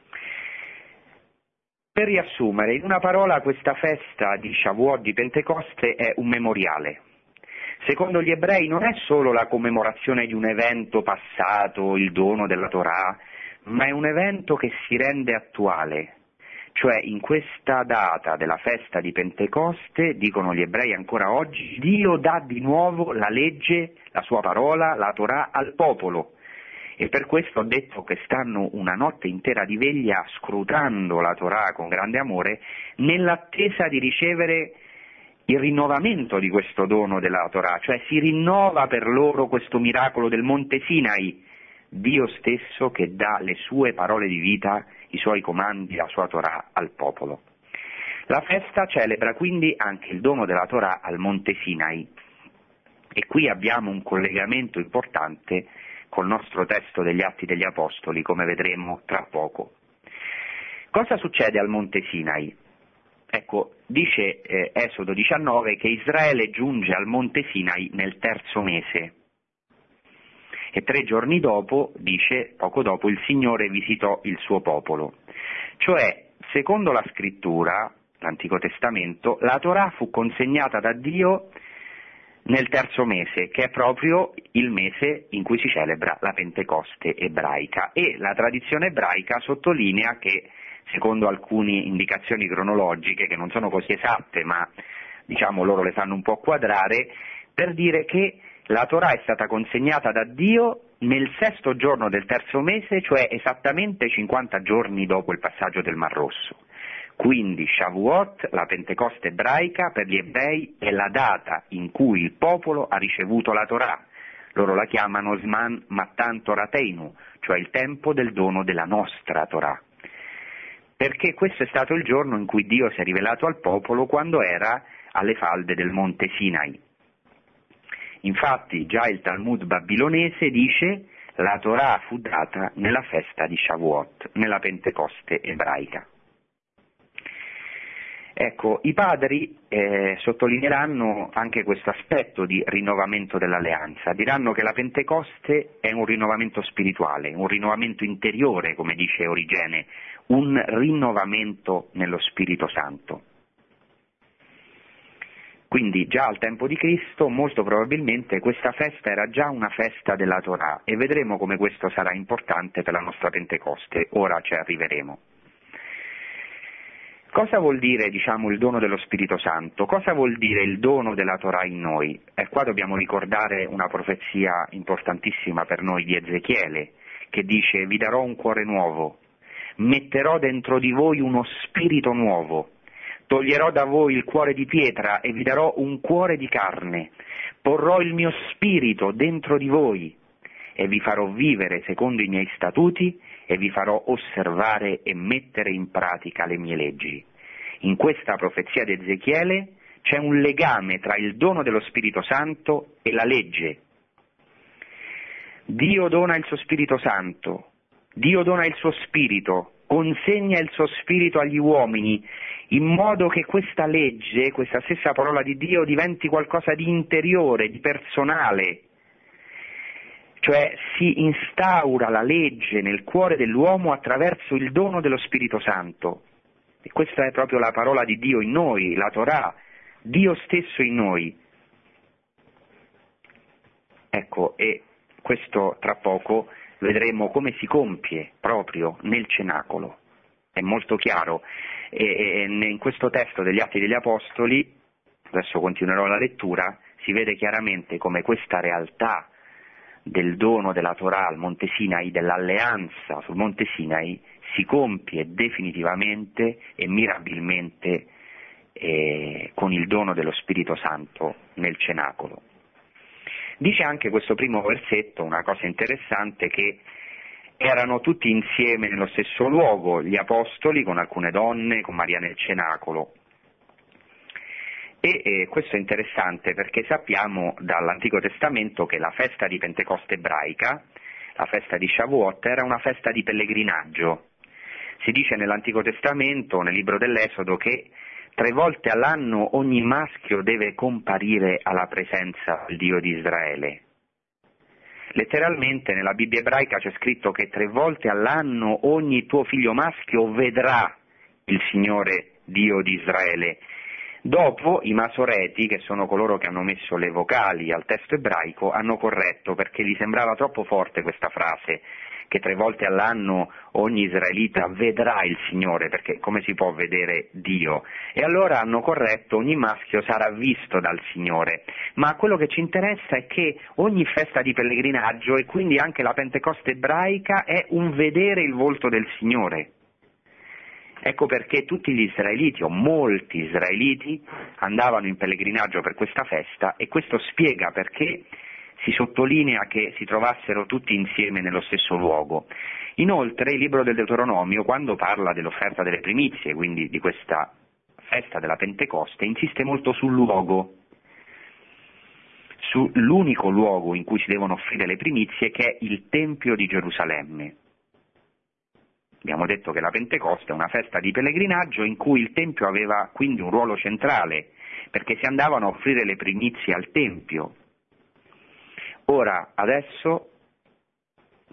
S2: Per riassumere, in una parola, questa festa di Shavuot, di Pentecoste, è un memoriale. Secondo gli ebrei non è solo la commemorazione di un evento passato, il dono della Torah, ma è un evento che si rende attuale. Cioè, in questa data della festa di Pentecoste, dicono gli ebrei ancora oggi, Dio dà di nuovo la legge, la sua parola, la Torah al popolo. E per questo ho detto che stanno una notte intera di veglia scrutando la Torah con grande amore, nell'attesa di ricevere il rinnovamento di questo dono della Torah, cioè si rinnova per loro questo miracolo del Monte Sinai, Dio stesso che dà le sue parole di vita, i suoi comandi, la sua Torah al popolo. La festa celebra quindi anche il dono della Torah al Monte Sinai e qui abbiamo un collegamento importante col nostro testo degli Atti degli Apostoli, come vedremo tra poco. Cosa succede al Monte Sinai? Ecco, dice eh, Esodo diciannove che Israele giunge al Monte Sinai nel terzo mese. E tre giorni dopo, dice, poco dopo, il Signore visitò il suo popolo. Cioè, secondo la scrittura, l'Antico Testamento, la Torah fu consegnata da Dio nel terzo mese, che è proprio il mese in cui si celebra la Pentecoste ebraica, e la tradizione ebraica sottolinea che, secondo alcune indicazioni cronologiche, che non sono così esatte, ma diciamo loro le fanno un po' quadrare, per dire che la Torah è stata consegnata da Dio nel sesto giorno del terzo mese, cioè esattamente cinquanta giorni dopo il passaggio del Mar Rosso. Quindi Shavuot, la Pentecoste ebraica, per gli ebrei è la data in cui il popolo ha ricevuto la Torah. Loro la chiamano Zman Matan Torateinu, cioè il tempo del dono della nostra Torah. Perché questo è stato il giorno in cui Dio si è rivelato al popolo quando era alle falde del monte Sinai. Infatti già il Talmud babilonese dice la Torah fu data nella festa di Shavuot, nella Pentecoste ebraica. Ecco, i padri eh, sottolineeranno anche questo aspetto di rinnovamento dell'alleanza, diranno che la Pentecoste è un rinnovamento spirituale, un rinnovamento interiore, come dice Origene, un rinnovamento nello Spirito Santo. Quindi già al tempo di Cristo molto probabilmente questa festa era già una festa della Torah e vedremo come questo sarà importante per la nostra Pentecoste, ora ci arriveremo. Cosa vuol dire, diciamo, il dono dello Spirito Santo? Cosa vuol dire il dono della Torah in noi? E qua dobbiamo ricordare una profezia importantissima per noi di Ezechiele, che dice: vi darò un cuore nuovo, metterò dentro di voi uno spirito nuovo, toglierò da voi il cuore di pietra e vi darò un cuore di carne, porrò il mio spirito dentro di voi e vi farò vivere secondo i miei statuti e vi farò osservare e mettere in pratica le mie leggi. In questa profezia di Ezechiele c'è un legame tra il dono dello Spirito Santo e la legge. Dio dona il suo Spirito Santo, Dio dona il suo Spirito, consegna il suo Spirito agli uomini, in modo che questa legge, questa stessa parola di Dio, diventi qualcosa di interiore, di personale. Cioè si instaura la legge nel cuore dell'uomo attraverso il dono dello Spirito Santo. E questa è proprio la parola di Dio in noi, la Torah, Dio stesso in noi. Ecco, e questo tra poco vedremo come si compie proprio nel cenacolo. È molto chiaro. E, e in questo testo degli Atti degli Apostoli, adesso continuerò la lettura, si vede chiaramente come questa realtà del dono della Torah al Monte Sinai, dell'alleanza sul Monte Sinai, si compie definitivamente e mirabilmente eh, con il dono dello Spirito Santo nel cenacolo. Dice anche questo primo versetto una cosa interessante, che erano tutti insieme nello stesso luogo, gli apostoli con alcune donne, con Maria nel cenacolo. E eh, questo è interessante perché sappiamo dall'Antico Testamento che la festa di Pentecoste ebraica, la festa di Shavuot, era una festa di pellegrinaggio. Si dice nell'Antico Testamento, nel libro dell'Esodo, che tre volte all'anno ogni maschio deve comparire alla presenza del Dio di Israele. Letteralmente nella Bibbia ebraica c'è scritto che tre volte all'anno ogni tuo figlio maschio vedrà il Signore Dio di Israele. Dopo i masoreti, che sono coloro che hanno messo le vocali al testo ebraico, hanno corretto perché gli sembrava troppo forte questa frase, che tre volte all'anno ogni israelita vedrà il Signore, perché come si può vedere Dio? E allora hanno corretto: ogni maschio sarà visto dal Signore. Ma quello che ci interessa è che ogni festa di pellegrinaggio, e quindi anche la Pentecoste ebraica, è un vedere il volto del Signore. Ecco perché tutti gli israeliti, o molti israeliti, andavano in pellegrinaggio per questa festa, e questo spiega perché si sottolinea che si trovassero tutti insieme nello stesso luogo. Inoltre il libro del Deuteronomio, quando parla dell'offerta delle primizie, quindi di questa festa della Pentecoste, insiste molto sul luogo, sull'unico luogo in cui si devono offrire le primizie, che è il Tempio di Gerusalemme. Abbiamo detto che la Pentecoste è una festa di pellegrinaggio in cui il Tempio aveva quindi un ruolo centrale, perché si andavano a offrire le primizie al Tempio. Ora, adesso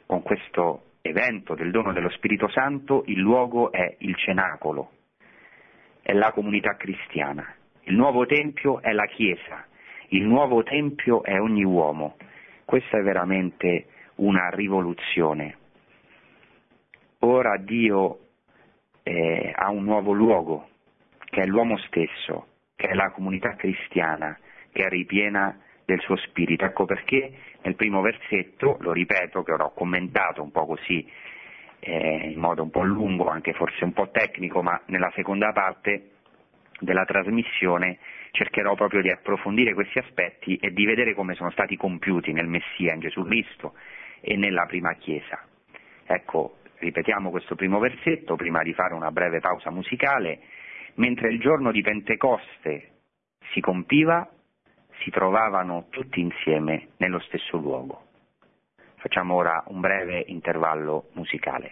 S2: con questo evento del dono dello Spirito Santo, il luogo è il cenacolo, è la comunità cristiana. Il nuovo Tempio è la Chiesa, il nuovo Tempio è ogni uomo. Questa è veramente una rivoluzione. Ora Dio eh, ha un nuovo luogo, che è l'uomo stesso, che è la comunità cristiana, che è ripiena del suo spirito. Ecco perché nel primo versetto, lo ripeto, che ora ho commentato un po' così, eh, in modo un po' lungo, anche forse un po' tecnico, ma nella seconda parte della trasmissione cercherò proprio di approfondire questi aspetti e di vedere come sono stati compiuti nel Messia, in Gesù Cristo e nella prima Chiesa. Ecco, ripetiamo questo primo versetto prima di fare una breve pausa musicale. Mentre il giorno di Pentecoste si compiva, si trovavano tutti insieme nello stesso luogo. Facciamo ora un breve intervallo musicale.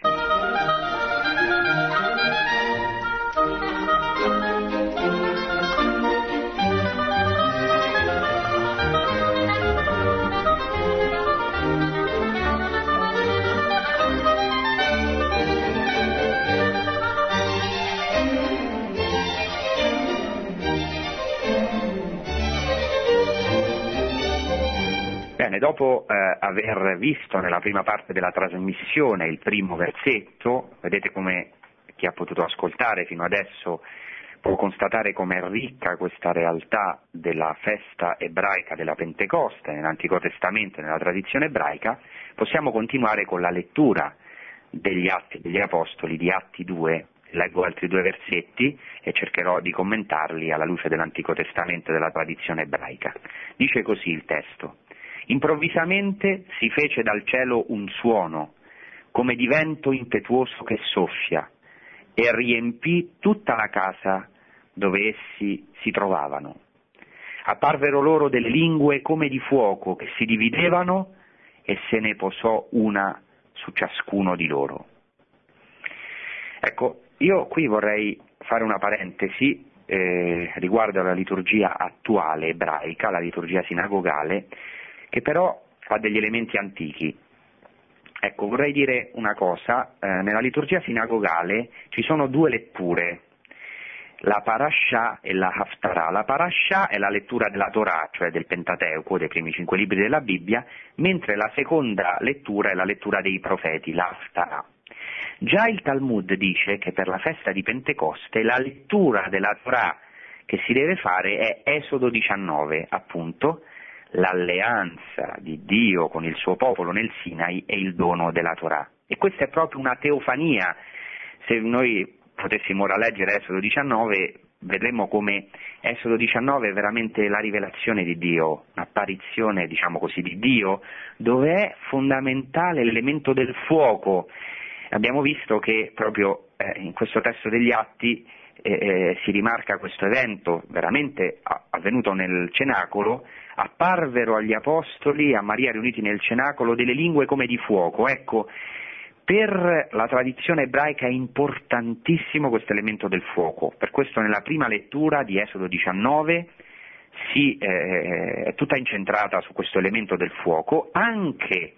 S2: Bene, dopo eh, aver visto nella prima parte della trasmissione il primo versetto, vedete come chi ha potuto ascoltare fino adesso può constatare com'è ricca questa realtà della festa ebraica della Pentecoste nell'Antico Testamento e nella tradizione ebraica. Possiamo continuare con la lettura degli Atti degli Apostoli, di Atti due. Leggo altri due versetti e cercherò di commentarli alla luce dell'Antico Testamento e della tradizione ebraica. Dice così il testo: improvvisamente si fece dal cielo un suono, come di vento impetuoso che soffia, e riempì tutta la casa dove essi si trovavano. Apparvero loro delle lingue come di fuoco che si dividevano e se ne posò una su ciascuno di loro. Ecco, io qui vorrei fare una parentesi eh, riguardo alla liturgia attuale ebraica, la liturgia sinagogale, che però ha degli elementi antichi. Ecco, vorrei dire una cosa, eh, nella liturgia sinagogale ci sono due letture, la Parashah e la Haftarah. La Parashah è la lettura della Torah, cioè del Pentateuco, dei primi cinque libri della Bibbia, mentre la seconda lettura è la lettura dei profeti, la Haftarah. Già il Talmud dice che per la festa di Pentecoste la lettura della Torah che si deve fare è Esodo diciannove, appunto, l'alleanza di Dio con il suo popolo nel Sinai e il dono della Torah. E questa è proprio una teofania. Se noi potessimo ora leggere Esodo diciannove, vedremo come Esodo diciannove è veramente la rivelazione di Dio, un'apparizione, diciamo così, di Dio, dove è fondamentale l'elemento del fuoco. Abbiamo visto che proprio eh, in questo testo degli Atti eh, eh, si rimarca questo evento veramente avvenuto nel cenacolo. Apparvero agli apostoli, a Maria riuniti nel cenacolo, delle lingue come di fuoco. Ecco, per la tradizione ebraica è importantissimo questo elemento del fuoco. Per questo nella prima lettura di Esodo diciannove si, eh, è tutta incentrata su questo elemento del fuoco. Anche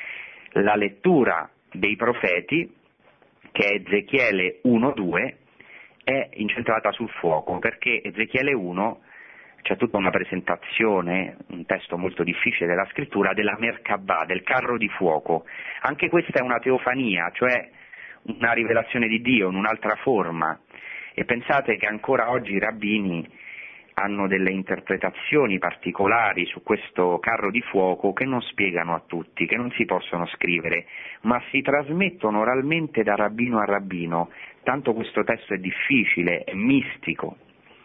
S2: la lettura dei profeti, che è Ezechiele uno due, è incentrata sul fuoco, perché Ezechiele uno c'è tutta una presentazione, un testo molto difficile della scrittura, della Merkabah, del carro di fuoco. Anche questa è una teofania, cioè una rivelazione di Dio in un'altra forma. E pensate che ancora oggi i rabbini hanno delle interpretazioni particolari su questo carro di fuoco che non spiegano a tutti, che non si possono scrivere, ma si trasmettono oralmente da rabbino a rabbino, tanto questo testo è difficile, è mistico.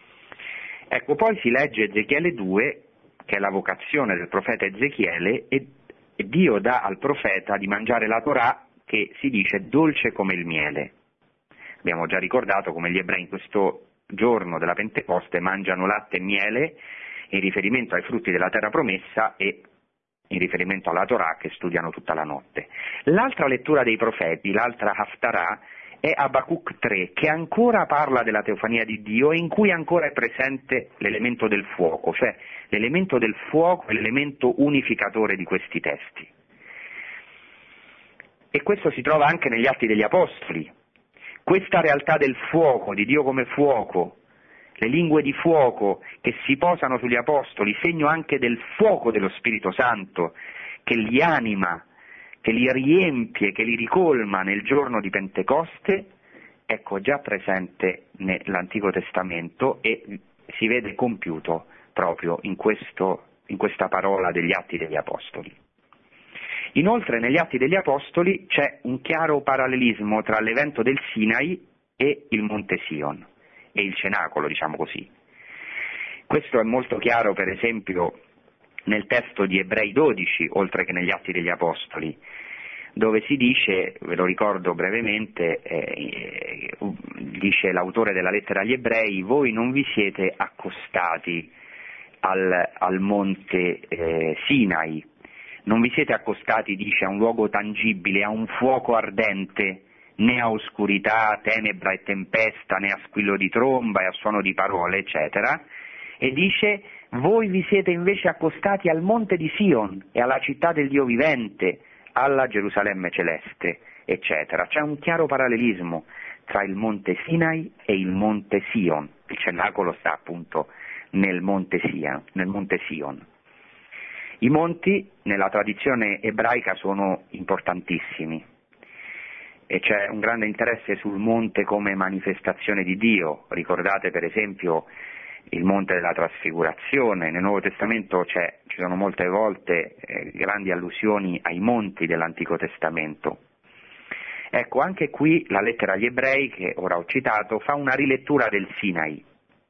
S2: Ecco, poi si legge Ezechiele due, che è la vocazione del profeta Ezechiele, e, e Dio dà al profeta di mangiare la Torah, che si dice dolce come il miele. Abbiamo già ricordato come gli ebrei in questo giorno della Pentecoste mangiano latte e miele in riferimento ai frutti della terra promessa e in riferimento alla Torah che studiano tutta la notte. L'altra lettura dei profeti, l'altra Haftarah, è Abacuc tre, che ancora parla della teofania di Dio e in cui ancora è presente l'elemento del fuoco, cioè l'elemento del fuoco è l'elemento unificatore di questi testi. E questo si trova anche negli Atti degli Apostoli. Questa realtà del fuoco, di Dio come fuoco, le lingue di fuoco che si posano sugli Apostoli, segno anche del fuoco dello Spirito Santo, che li anima, che li riempie, che li ricolma nel giorno di Pentecoste, ecco già presente nell'Antico Testamento e si vede compiuto proprio in, questo, in questa parola degli Atti degli Apostoli. Inoltre negli Atti degli Apostoli c'è un chiaro parallelismo tra l'evento del Sinai e il Monte Sion, e il cenacolo, diciamo così. Questo è molto chiaro, per esempio, nel testo di Ebrei dodici, oltre che negli Atti degli Apostoli, dove si dice, ve lo ricordo brevemente, eh, dice l'autore della lettera agli Ebrei: voi non vi siete accostati al, al monte eh, Sinai, non vi siete accostati, dice, a un luogo tangibile, a un fuoco ardente, né a oscurità, tenebra e tempesta, né a squillo di tromba e a suono di parole, eccetera, e dice: voi vi siete invece accostati al monte di Sion e alla città del Dio vivente, alla Gerusalemme celeste, eccetera. C'è un chiaro parallelismo tra il monte Sinai e il monte Sion. Il cenacolo sta appunto nel monte Sion. Nel monte Sion. I monti nella tradizione ebraica sono importantissimi e c'è un grande interesse sul monte come manifestazione di Dio. Ricordate per esempio il monte della trasfigurazione. Nel Nuovo Testamento c'è, ci sono molte volte eh, grandi allusioni ai monti dell'Antico Testamento. Ecco, anche qui la lettera agli Ebrei, che ora ho citato, fa una rilettura del Sinai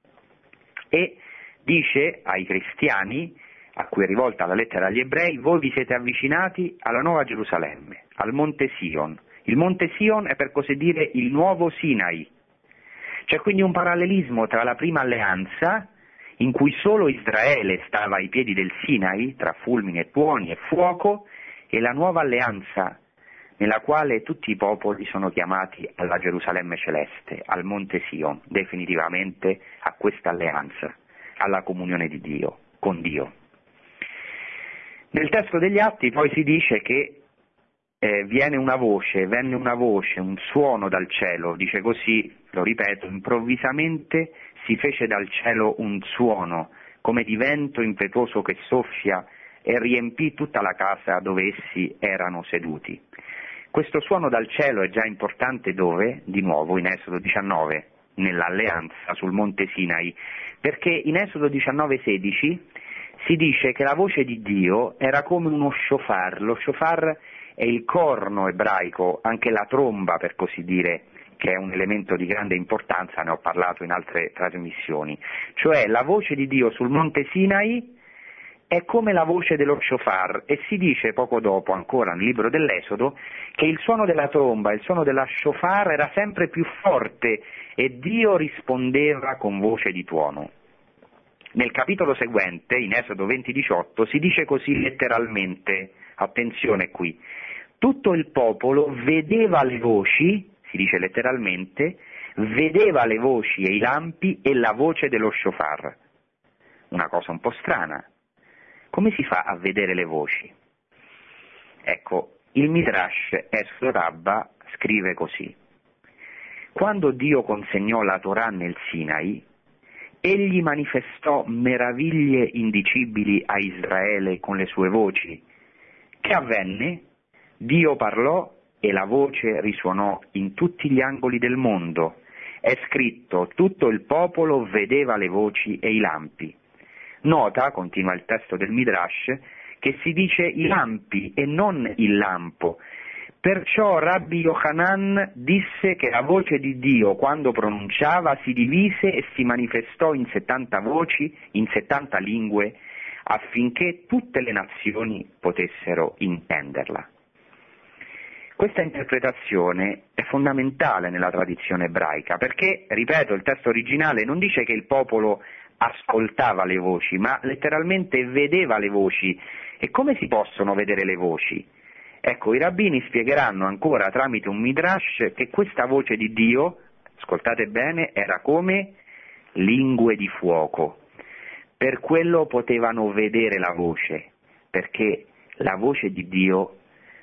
S2: e dice ai cristiani, a cui è rivolta la lettera agli Ebrei: voi vi siete avvicinati alla nuova Gerusalemme, al monte Sion. Il monte Sion è, per così dire, il nuovo Sinai. C'è quindi un parallelismo tra la prima alleanza, in cui solo Israele stava ai piedi del Sinai, tra fulmini e tuoni e fuoco, e la nuova alleanza, nella quale tutti i popoli sono chiamati alla Gerusalemme celeste, al monte Sion, definitivamente a questa alleanza, alla comunione di Dio, con Dio. Nel testo degli Atti poi si dice che eh, viene una voce, venne una voce, un suono dal cielo, dice così, lo ripeto: improvvisamente si fece dal cielo un suono, come di vento impetuoso che soffia, e riempì tutta la casa dove essi erano seduti. Questo suono dal cielo è già importante dove? Di nuovo in Esodo diciannove, nell'alleanza sul monte Sinai, perché in Esodo diciannove sedici si dice che la voce di Dio era come uno shofar. Lo shofar è il corno ebraico, anche la tromba per così dire, che è un elemento di grande importanza, ne ho parlato in altre trasmissioni. Cioè la voce di Dio sul monte Sinai è come la voce dello shofar, e si dice poco dopo, ancora nel libro dell'Esodo, che il suono della tromba e il suono della shofar era sempre più forte e Dio rispondeva con voce di tuono. Nel capitolo seguente, in Esodo venti diciotto, si dice così letteralmente, attenzione qui: tutto il popolo vedeva le voci, si dice letteralmente, vedeva le voci e i lampi e la voce dello shofar. Una cosa un po' strana. Come si fa a vedere le voci? Ecco, il Midrash Esodo Rabba scrive così: quando Dio consegnò la Torah nel Sinai, egli manifestò meraviglie indicibili a Israele con le sue voci. Che avvenne? Dio parlò e la voce risuonò in tutti gli angoli del mondo. È scritto: tutto il popolo vedeva le voci e i lampi. Nota, continua il testo del Midrash, che si dice i lampi e non il lampo. Perciò Rabbi Yochanan disse che la voce di Dio, quando pronunciava, si divise e si manifestò in settanta voci, in settanta lingue, affinché tutte le nazioni potessero intenderla. Questa interpretazione è fondamentale nella tradizione ebraica, perché, ripeto, il testo originale non dice che il popolo ascoltava le voci, ma letteralmente vedeva le voci. E come si possono vedere le voci? Ecco, i rabbini spiegheranno ancora tramite un midrash che questa voce di Dio, ascoltate bene, era come lingue di fuoco. Per quello potevano vedere la voce, perché la voce di Dio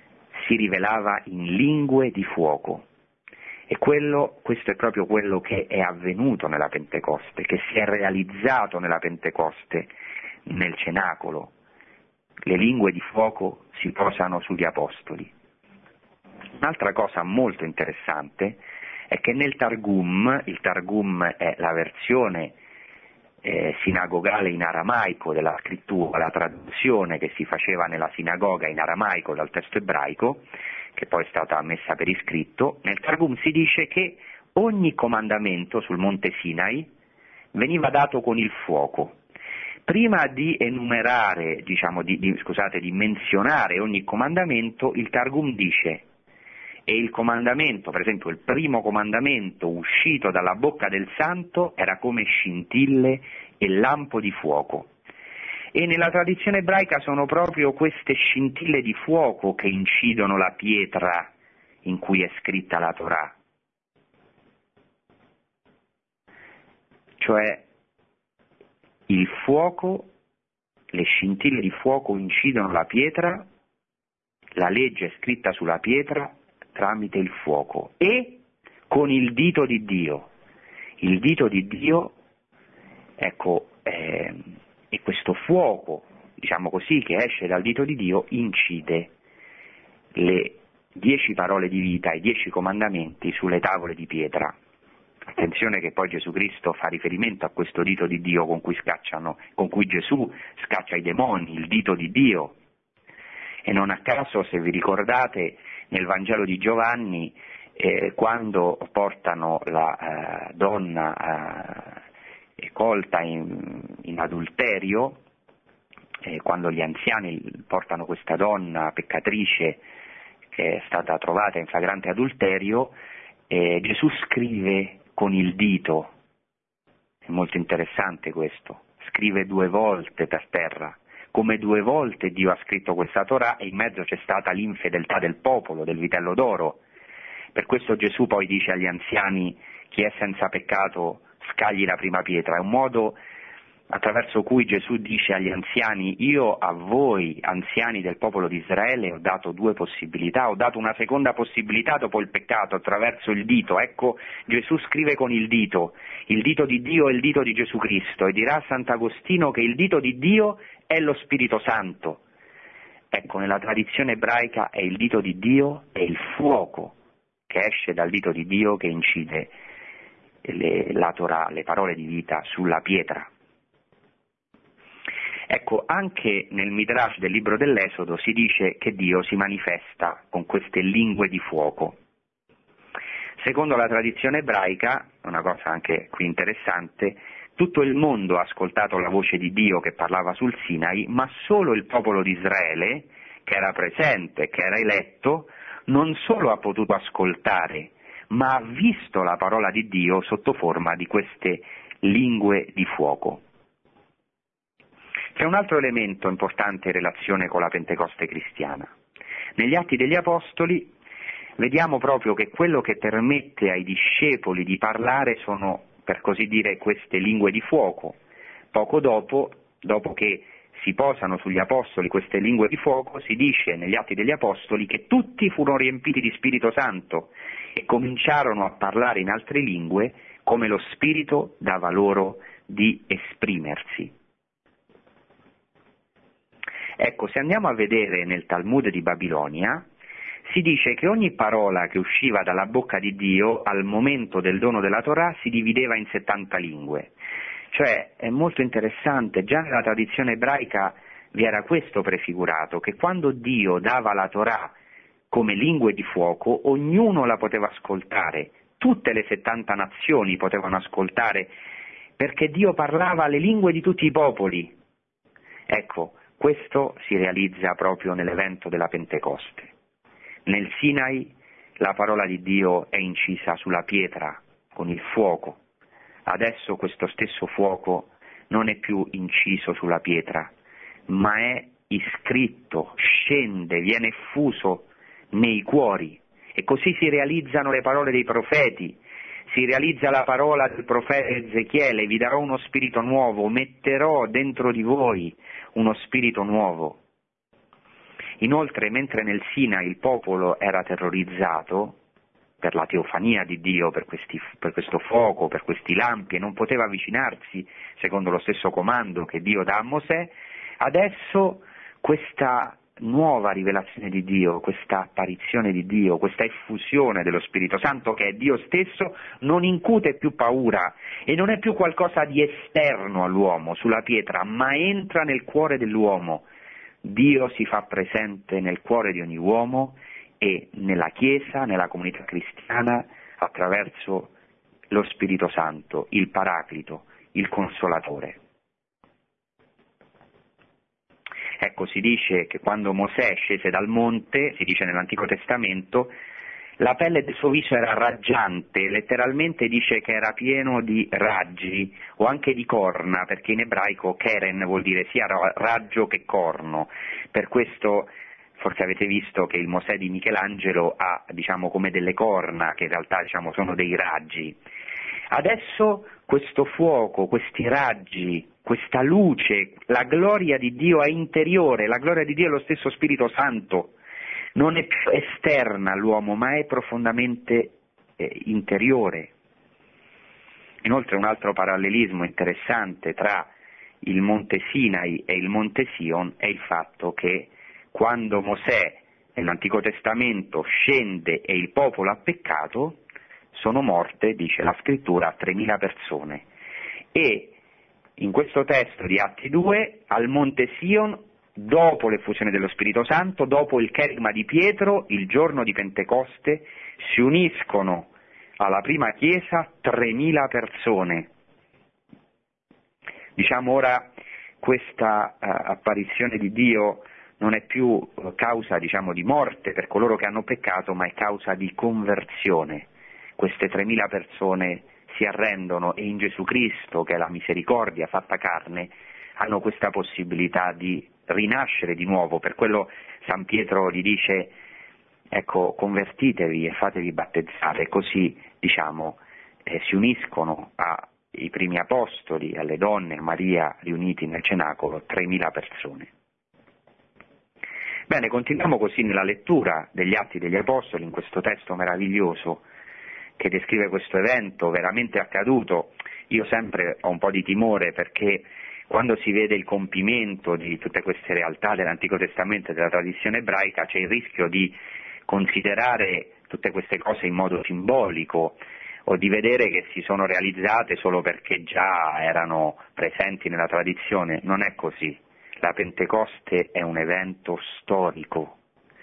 S2: si rivelava in lingue di fuoco. E quello, questo è proprio quello che è avvenuto nella Pentecoste, che si è realizzato nella Pentecoste, nel cenacolo. Le lingue di fuoco si posano sugli apostoli. Un'altra cosa molto interessante è che nel Targum, il Targum è la versione eh, sinagogale in aramaico della scrittura, la traduzione che si faceva nella sinagoga in aramaico dal testo ebraico, che poi è stata messa per iscritto, nel Targum si dice che ogni comandamento sul monte Sinai veniva dato con il fuoco. Prima di enumerare, diciamo, di, di, scusate, di menzionare ogni comandamento, il Targum dice: e il comandamento, per esempio il primo comandamento uscito dalla bocca del santo era come scintille e lampo di fuoco. E nella tradizione ebraica sono proprio queste scintille di fuoco che incidono la pietra in cui è scritta la Torah. Cioè il fuoco, le scintille di fuoco incidono la pietra, la legge è scritta sulla pietra tramite il fuoco e con il dito di Dio. Il dito di Dio, ecco, eh, e questo fuoco, diciamo così, che esce dal dito di Dio incide le dieci parole di vita, i dieci comandamenti sulle tavole di pietra. Attenzione che poi Gesù Cristo fa riferimento a questo dito di Dio con cui scacciano, con cui Gesù scaccia i demoni, il dito di Dio. E non a caso, se vi ricordate, nel Vangelo di Giovanni, eh, quando portano la eh, donna eh, colta in, in adulterio, eh, quando gli anziani portano questa donna peccatrice che è stata trovata in flagrante adulterio, eh, Gesù scrive con il dito, è molto interessante questo, scrive due volte per terra, come due volte Dio ha scritto questa Torah e in mezzo c'è stata l'infedeltà del popolo, del vitello d'oro. Per questo Gesù poi dice agli anziani: chi è senza peccato scagli la prima pietra. È un modo attraverso cui Gesù dice agli anziani: io a voi, anziani del popolo di Israele, ho dato due possibilità, ho dato una seconda possibilità dopo il peccato, attraverso il dito. Ecco, Gesù scrive con il dito, il dito di Dio è il dito di Gesù Cristo, e dirà Sant'Agostino che il dito di Dio è lo Spirito Santo. Ecco, nella tradizione ebraica è il dito di Dio, è il fuoco che esce dal dito di Dio che incide le, la Torah, le parole di vita sulla pietra. Ecco, anche nel Midrash del libro dell'Esodo si dice che Dio si manifesta con queste lingue di fuoco. Secondo la tradizione ebraica, una cosa anche qui interessante, tutto il mondo ha ascoltato la voce di Dio che parlava sul Sinai, ma solo il popolo di Israele, che era presente, che era eletto, non solo ha potuto ascoltare, ma ha visto la parola di Dio sotto forma di queste lingue di fuoco. C'è un altro elemento importante in relazione con la Pentecoste cristiana. Negli Atti degli Apostoli vediamo proprio che quello che permette ai discepoli di parlare sono, per così dire, queste lingue di fuoco. Poco dopo, dopo che si posano sugli Apostoli queste lingue di fuoco, si dice negli Atti degli Apostoli che tutti furono riempiti di Spirito Santo e cominciarono a parlare in altre lingue come lo Spirito dava loro di esprimersi. Ecco, se andiamo a vedere nel Talmud di Babilonia, si dice che ogni parola che usciva dalla bocca di Dio al momento del dono della Torah si divideva in settanta lingue. Cioè, è molto interessante, già nella tradizione ebraica vi era questo prefigurato, che quando Dio dava la Torah come lingue di fuoco, ognuno la poteva ascoltare, tutte le settanta nazioni potevano ascoltare, perché Dio parlava le lingue di tutti i popoli. Ecco, questo si realizza proprio nell'evento della Pentecoste. Nel Sinai la parola di Dio è incisa sulla pietra con il fuoco. Adesso questo stesso fuoco non è più inciso sulla pietra, ma è iscritto, scende, viene fuso nei cuori. E così si realizzano le parole dei profeti, si realizza la parola del profeta Ezechiele: vi darò uno spirito nuovo, metterò dentro di voi uno spirito nuovo. Inoltre, mentre nel Sinai il popolo era terrorizzato per la teofania di Dio, per, questi, per questo fuoco, per questi lampi, e non poteva avvicinarsi secondo lo stesso comando che Dio dà a Mosè, adesso questa nuova rivelazione di Dio, questa apparizione di Dio, questa effusione dello Spirito Santo, che è Dio stesso, non incute più paura e non è più qualcosa di esterno all'uomo, sulla pietra, ma entra nel cuore dell'uomo. Dio si fa presente nel cuore di ogni uomo e nella Chiesa, nella comunità cristiana, attraverso lo Spirito Santo, il Paraclito, il Consolatore. Ecco, si dice che quando Mosè scese dal monte, si dice nell'Antico Testamento, la pelle del suo viso era raggiante, letteralmente dice che era pieno di raggi o anche di corna, perché in ebraico keren vuol dire sia raggio che corno. Per questo forse avete visto che il Mosè di Michelangelo ha, diciamo, come delle corna, che in realtà, diciamo, sono dei raggi. Adesso questo fuoco, questi raggi, questa luce, la gloria di Dio è interiore, la gloria di Dio è lo stesso Spirito Santo, non è più esterna all'uomo, ma è profondamente eh, interiore. Inoltre un altro parallelismo interessante tra il Monte Sinai e il Monte Sion è il fatto che quando Mosè nell'Antico Testamento scende e il popolo ha peccato, sono morte, dice la scrittura, tremila persone. E in questo testo di Atti due, al Monte Sion, dopo l'effusione dello Spirito Santo, dopo il cherigma di Pietro, il giorno di Pentecoste, si uniscono alla prima chiesa tremila persone. Diciamo ora, questa uh, apparizione di Dio non è più uh, causa, diciamo, di morte per coloro che hanno peccato, ma è causa di conversione. Queste tremila persone si arrendono e in Gesù Cristo, che è la misericordia fatta carne, hanno questa possibilità di rinascere di nuovo. Per quello San Pietro gli dice, ecco, convertitevi e fatevi battezzare, così, diciamo, eh, si uniscono ai primi apostoli, alle donne, a Maria riuniti nel cenacolo, tremila persone. Bene, continuiamo così nella lettura degli Atti degli Apostoli, in questo testo meraviglioso che descrive questo evento veramente accaduto. Io sempre ho un po' di timore perché quando si vede il compimento di tutte queste realtà dell'Antico Testamento e della tradizione ebraica c'è il rischio di considerare tutte queste cose in modo simbolico o di vedere che si sono realizzate solo perché già erano presenti nella tradizione. Non è così. La Pentecoste è un evento storico,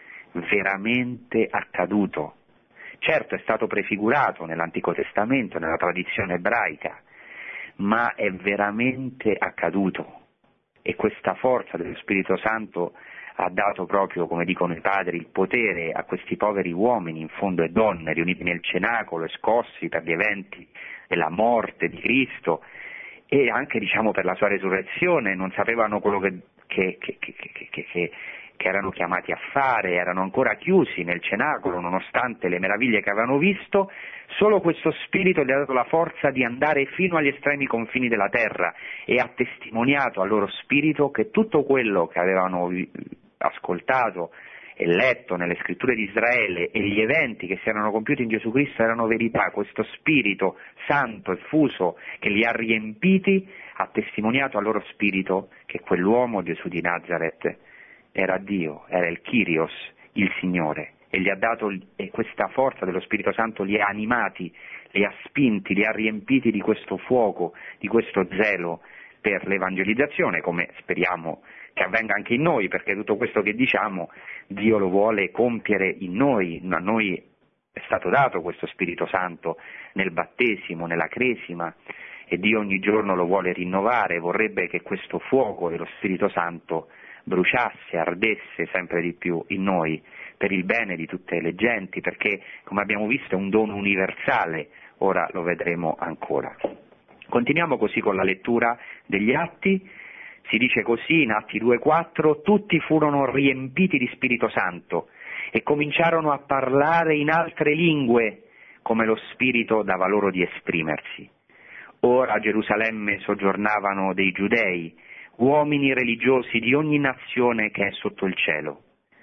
S2: veramente accaduto. Certo è stato prefigurato nell'Antico Testamento, nella tradizione ebraica, ma è veramente accaduto e questa forza dello Spirito Santo ha dato proprio, come dicono i padri, il potere a questi poveri uomini, in fondo e donne, riuniti nel cenacolo e scossi per gli eventi della morte di Cristo e anche, diciamo, per la sua resurrezione. Non sapevano quello che, che, che, che, che, che, che che erano chiamati a fare, erano ancora chiusi nel cenacolo nonostante le meraviglie che avevano visto. Solo questo Spirito gli ha dato la forza di andare fino agli estremi confini della terra e ha testimoniato al loro spirito che tutto quello che avevano ascoltato e letto nelle scritture di Israele e gli eventi che si erano compiuti in Gesù Cristo erano verità. Questo Spirito Santo effuso che li ha riempiti ha testimoniato al loro spirito che quell'uomo, Gesù di Nazaret, era Dio, era il Kyrios, il Signore, e gli ha dato, e questa forza dello Spirito Santo li ha animati, li ha spinti, li ha riempiti di questo fuoco, di questo zelo per l'evangelizzazione, come speriamo che avvenga anche in noi, perché tutto questo che diciamo Dio lo vuole compiere in noi. A noi è stato dato questo Spirito Santo nel battesimo, nella cresima, e Dio ogni giorno lo vuole rinnovare, vorrebbe che questo fuoco dello Spirito Santo bruciasse, ardesse sempre di più in noi per il bene di tutte le genti, perché come abbiamo visto è un dono universale, ora lo vedremo ancora. Continuiamo così con la lettura degli Atti. Si dice così in Atti due quattro: tutti furono riempiti di Spirito Santo e cominciarono a parlare in altre lingue come lo Spirito dava loro di esprimersi. Ora a Gerusalemme soggiornavano dei giudei, uomini religiosi di ogni nazione che è sotto il cielo.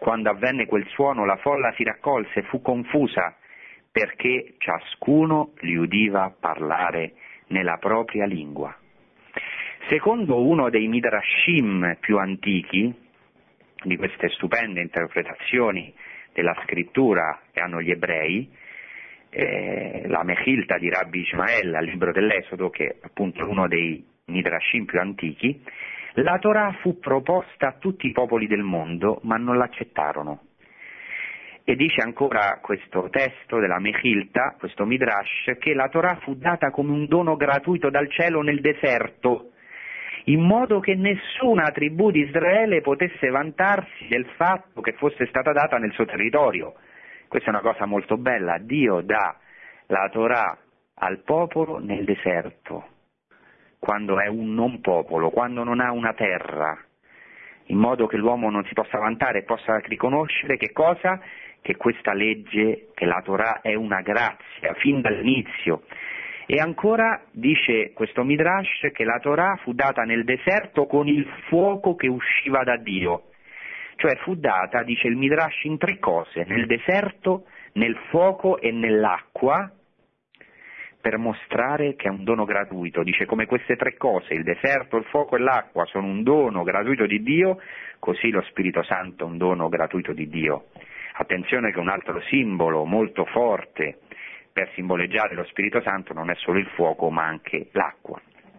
S2: Quando avvenne quel suono la folla si raccolse e fu confusa, perché ciascuno li udiva parlare nella propria lingua. Secondo uno dei midrashim più antichi, di queste stupende interpretazioni della scrittura che hanno gli ebrei, eh, la Mechilta di Rabbi Ishmael al libro dell'Esodo, che è appunto uno dei midrashim più antichi, la Torah fu proposta a tutti i popoli del mondo, ma non l'accettarono. E dice ancora questo testo della Mechilta, questo midrash, che la Torah fu data come un dono gratuito dal cielo nel deserto, in modo che nessuna tribù di Israele potesse vantarsi del fatto che fosse stata data nel suo territorio. Questa è una cosa molto bella, Dio dà la Torah al popolo nel deserto, quando è un non popolo, quando non ha una terra, in modo che l'uomo non si possa vantare e possa riconoscere che cosa? Che questa legge, che la Torah è una grazia, fin dall'inizio. E ancora dice questo Midrash che la Torah fu data nel deserto con il fuoco che usciva da Dio. Cioè fu data, dice il Midrash, in tre cose, nel deserto, nel fuoco e nell'acqua, per mostrare che è un dono gratuito. Dice come queste tre cose, il deserto, il fuoco e l'acqua, sono un dono gratuito di Dio, così lo Spirito Santo è un dono gratuito di Dio. Attenzione che un altro simbolo molto forte per simboleggiare lo Spirito Santo non è solo il fuoco ma anche l'acqua.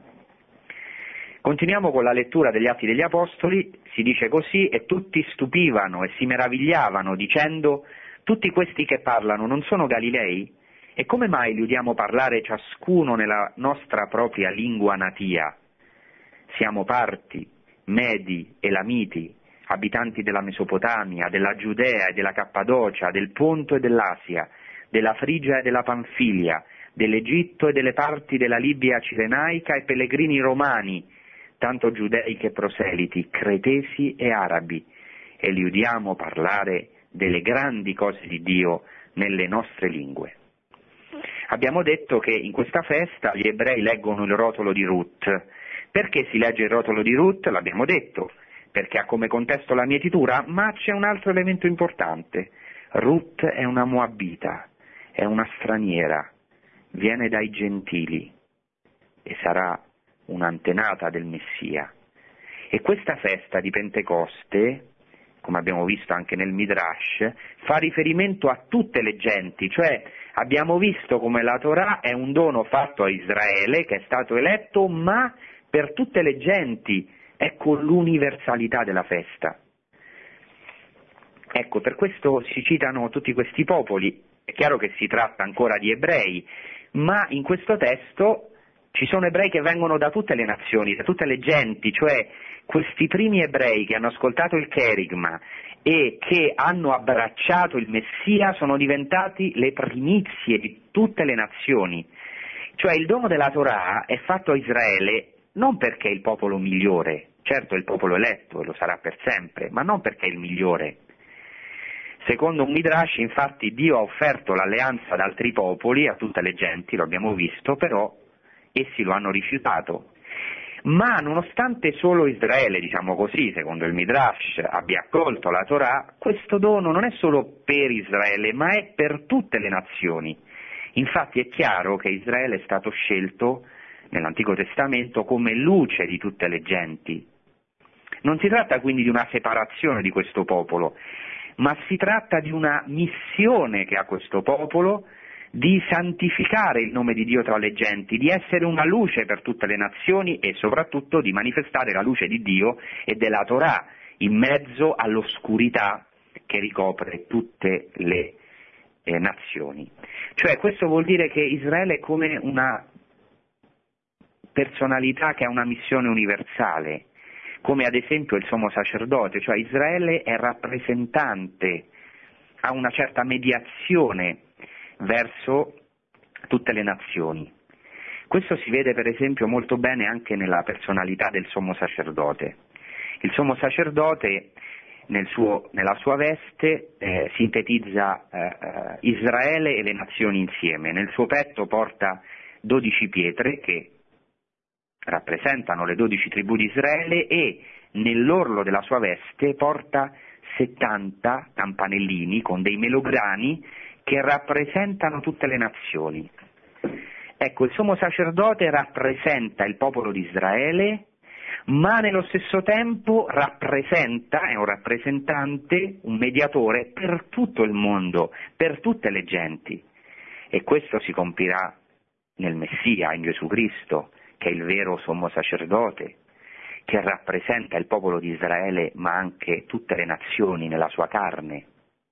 S2: Continuiamo con la lettura degli Atti degli Apostoli, si dice così: e tutti stupivano e si meravigliavano dicendo: tutti questi che parlano non sono Galilei? E come mai li udiamo parlare ciascuno nella nostra propria lingua natia? Siamo parti, Medi, Elamiti, abitanti della Mesopotamia, della Giudea e della Cappadocia, del Ponto e dell'Asia, della Frigia e della Panfilia, dell'Egitto e delle parti della Libia cirenaica e pellegrini romani, tanto giudei che proseliti, cretesi e arabi, e li udiamo parlare delle grandi cose di Dio nelle nostre lingue. Abbiamo detto che in questa festa gli ebrei leggono il rotolo di Ruth. Perché si legge il rotolo di Ruth? L'abbiamo detto, perché ha come contesto la mietitura, ma c'è un altro elemento importante. Ruth è una moabita, è una straniera, viene dai gentili e sarà un'antenata del Messia. E questa festa di Pentecoste, come abbiamo visto anche nel Midrash, fa riferimento a tutte le genti, cioè abbiamo visto come la Torah è un dono fatto a Israele che è stato eletto, ma per tutte le genti. Ecco l'universalità della festa. Ecco, per questo si citano tutti questi popoli. È chiaro che si tratta ancora di ebrei, ma in questo testo ci sono ebrei che vengono da tutte le nazioni, da tutte le genti, cioè questi primi ebrei che hanno ascoltato il Cherigma e che hanno abbracciato il Messia sono diventati le primizie di tutte le nazioni. Cioè il dono della Torah è fatto a Israele non perché è il popolo migliore, certo è il popolo eletto e lo sarà per sempre, ma non perché è il migliore. Secondo un Midrash, infatti, Dio ha offerto l'alleanza ad altri popoli, a tutte le genti, lo abbiamo visto, però essi lo hanno rifiutato. Ma nonostante solo Israele, diciamo così, secondo il Midrash, abbia accolto la Torah, questo dono non è solo per Israele, ma è per tutte le nazioni. Infatti è chiaro che Israele è stato scelto nell'Antico Testamento come luce di tutte le genti. Non si tratta quindi di una separazione di questo popolo, ma si tratta di una missione che ha questo popolo di santificare il nome di Dio tra le genti, di essere una luce per tutte le nazioni e soprattutto di manifestare la luce di Dio e della Torah in mezzo all'oscurità che ricopre tutte le eh, nazioni. Cioè questo vuol dire che Israele è come una personalità che ha una missione universale, come ad esempio il sommo sacerdote, cioè Israele è rappresentante, ha una certa mediazione verso tutte le nazioni. Questo si vede per esempio molto bene anche nella personalità del sommo sacerdote. Il sommo sacerdote nel suo, nella sua veste eh, sintetizza eh, Israele e le nazioni insieme. Nel suo petto porta dodici pietre che rappresentano le dodici tribù di Israele e nell'orlo della sua veste porta settanta campanellini con dei melograni che rappresentano tutte le nazioni. Ecco, il sommo sacerdote rappresenta il popolo di Israele, ma nello stesso tempo rappresenta, è un rappresentante, un mediatore per tutto il mondo, per tutte le genti. E questo si compirà nel Messia, in Gesù Cristo, che è il vero sommo sacerdote, che rappresenta il popolo di Israele, ma anche tutte le nazioni nella sua carne.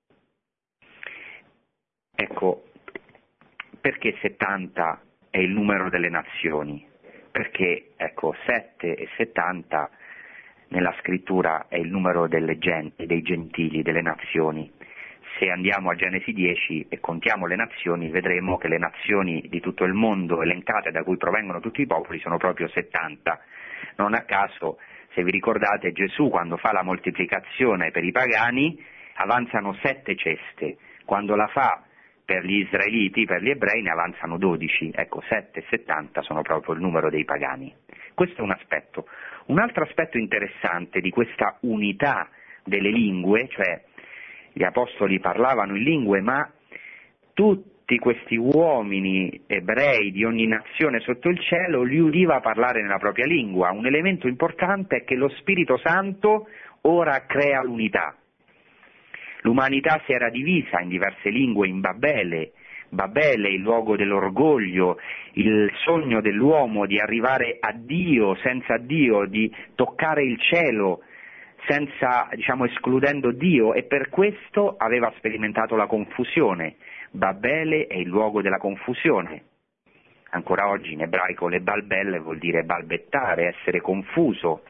S2: Ecco, perché settanta è il numero delle nazioni? Perché, ecco, sette e settanta nella scrittura è il numero delle genti, dei gentili, delle nazioni. Se andiamo a Genesi dieci e contiamo le nazioni, vedremo che le nazioni di tutto il mondo elencate da cui provengono tutti i popoli sono proprio settanta. Non a caso, se vi ricordate, Gesù quando fa la moltiplicazione per i pagani avanzano sette ceste, quando la fa per gli israeliti, per gli ebrei ne avanzano dodici, ecco sette e settanta sono proprio il numero dei pagani. Questo è un aspetto. Un altro aspetto interessante di questa unità delle lingue, cioè gli apostoli parlavano in lingue, ma tutti questi uomini ebrei di ogni nazione sotto il cielo li udiva parlare nella propria lingua. Un elemento importante è che lo Spirito Santo ora crea l'unità. L'umanità si era divisa in diverse lingue in Babele, Babele, il luogo dell'orgoglio, il sogno dell'uomo di arrivare a Dio, senza Dio, di toccare il cielo, senza, diciamo, escludendo Dio, e per questo aveva sperimentato la confusione. Babele è il luogo della confusione. Ancora oggi in ebraico le balbelle vuol dire balbettare, essere confuso.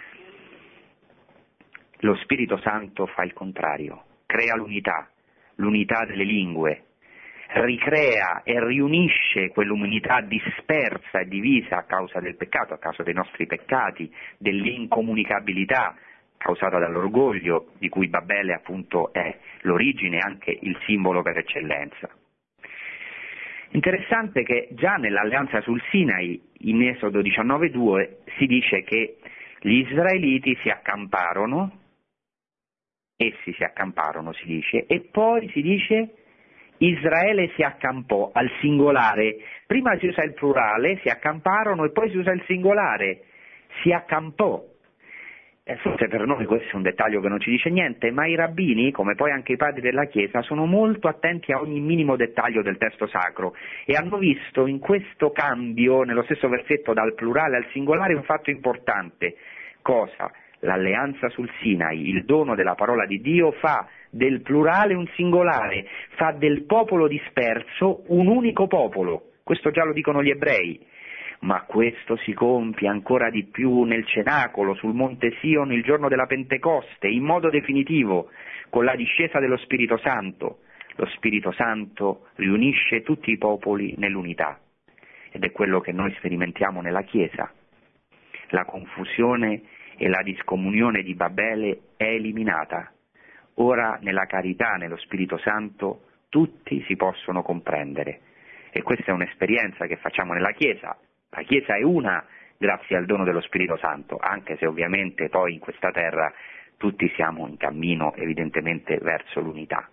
S2: Lo Spirito Santo fa il contrario, crea l'unità, l'unità delle lingue, ricrea e riunisce quell'umanità dispersa e divisa a causa del peccato, a causa dei nostri peccati, dell'incomunicabilità causata dall'orgoglio, di cui Babele appunto è l'origine e anche il simbolo per eccellenza. Interessante che già nell'alleanza sul Sinai, in Esodo diciannove due, si dice che gli israeliti si accamparono, essi si accamparono si dice, e poi si dice Israele si accampò al singolare. Prima si usa il plurale, si accamparono, e poi si usa il singolare, si accampò. Eh, forse per noi questo è un dettaglio che non ci dice niente, ma i rabbini, come poi anche i padri della Chiesa, sono molto attenti a ogni minimo dettaglio del testo sacro e hanno visto in questo cambio, nello stesso versetto dal plurale al singolare, un fatto importante. Cosa? L'alleanza sul Sinai, il dono della parola di Dio, fa del plurale un singolare, fa del popolo disperso un unico popolo. Questo già lo dicono gli ebrei. Ma questo si compie ancora di più nel cenacolo, sul monte Sion, il giorno della Pentecoste, in modo definitivo, con la discesa dello Spirito Santo. Lo Spirito Santo riunisce tutti i popoli nell'unità, ed è quello che noi sperimentiamo nella Chiesa. La confusione e la discomunione di Babele è eliminata. Ora nella carità, nello Spirito Santo, tutti si possono comprendere. E questa è un'esperienza che facciamo nella Chiesa. La Chiesa è una grazie al dono dello Spirito Santo, anche se ovviamente poi in questa terra tutti siamo in cammino evidentemente verso l'unità.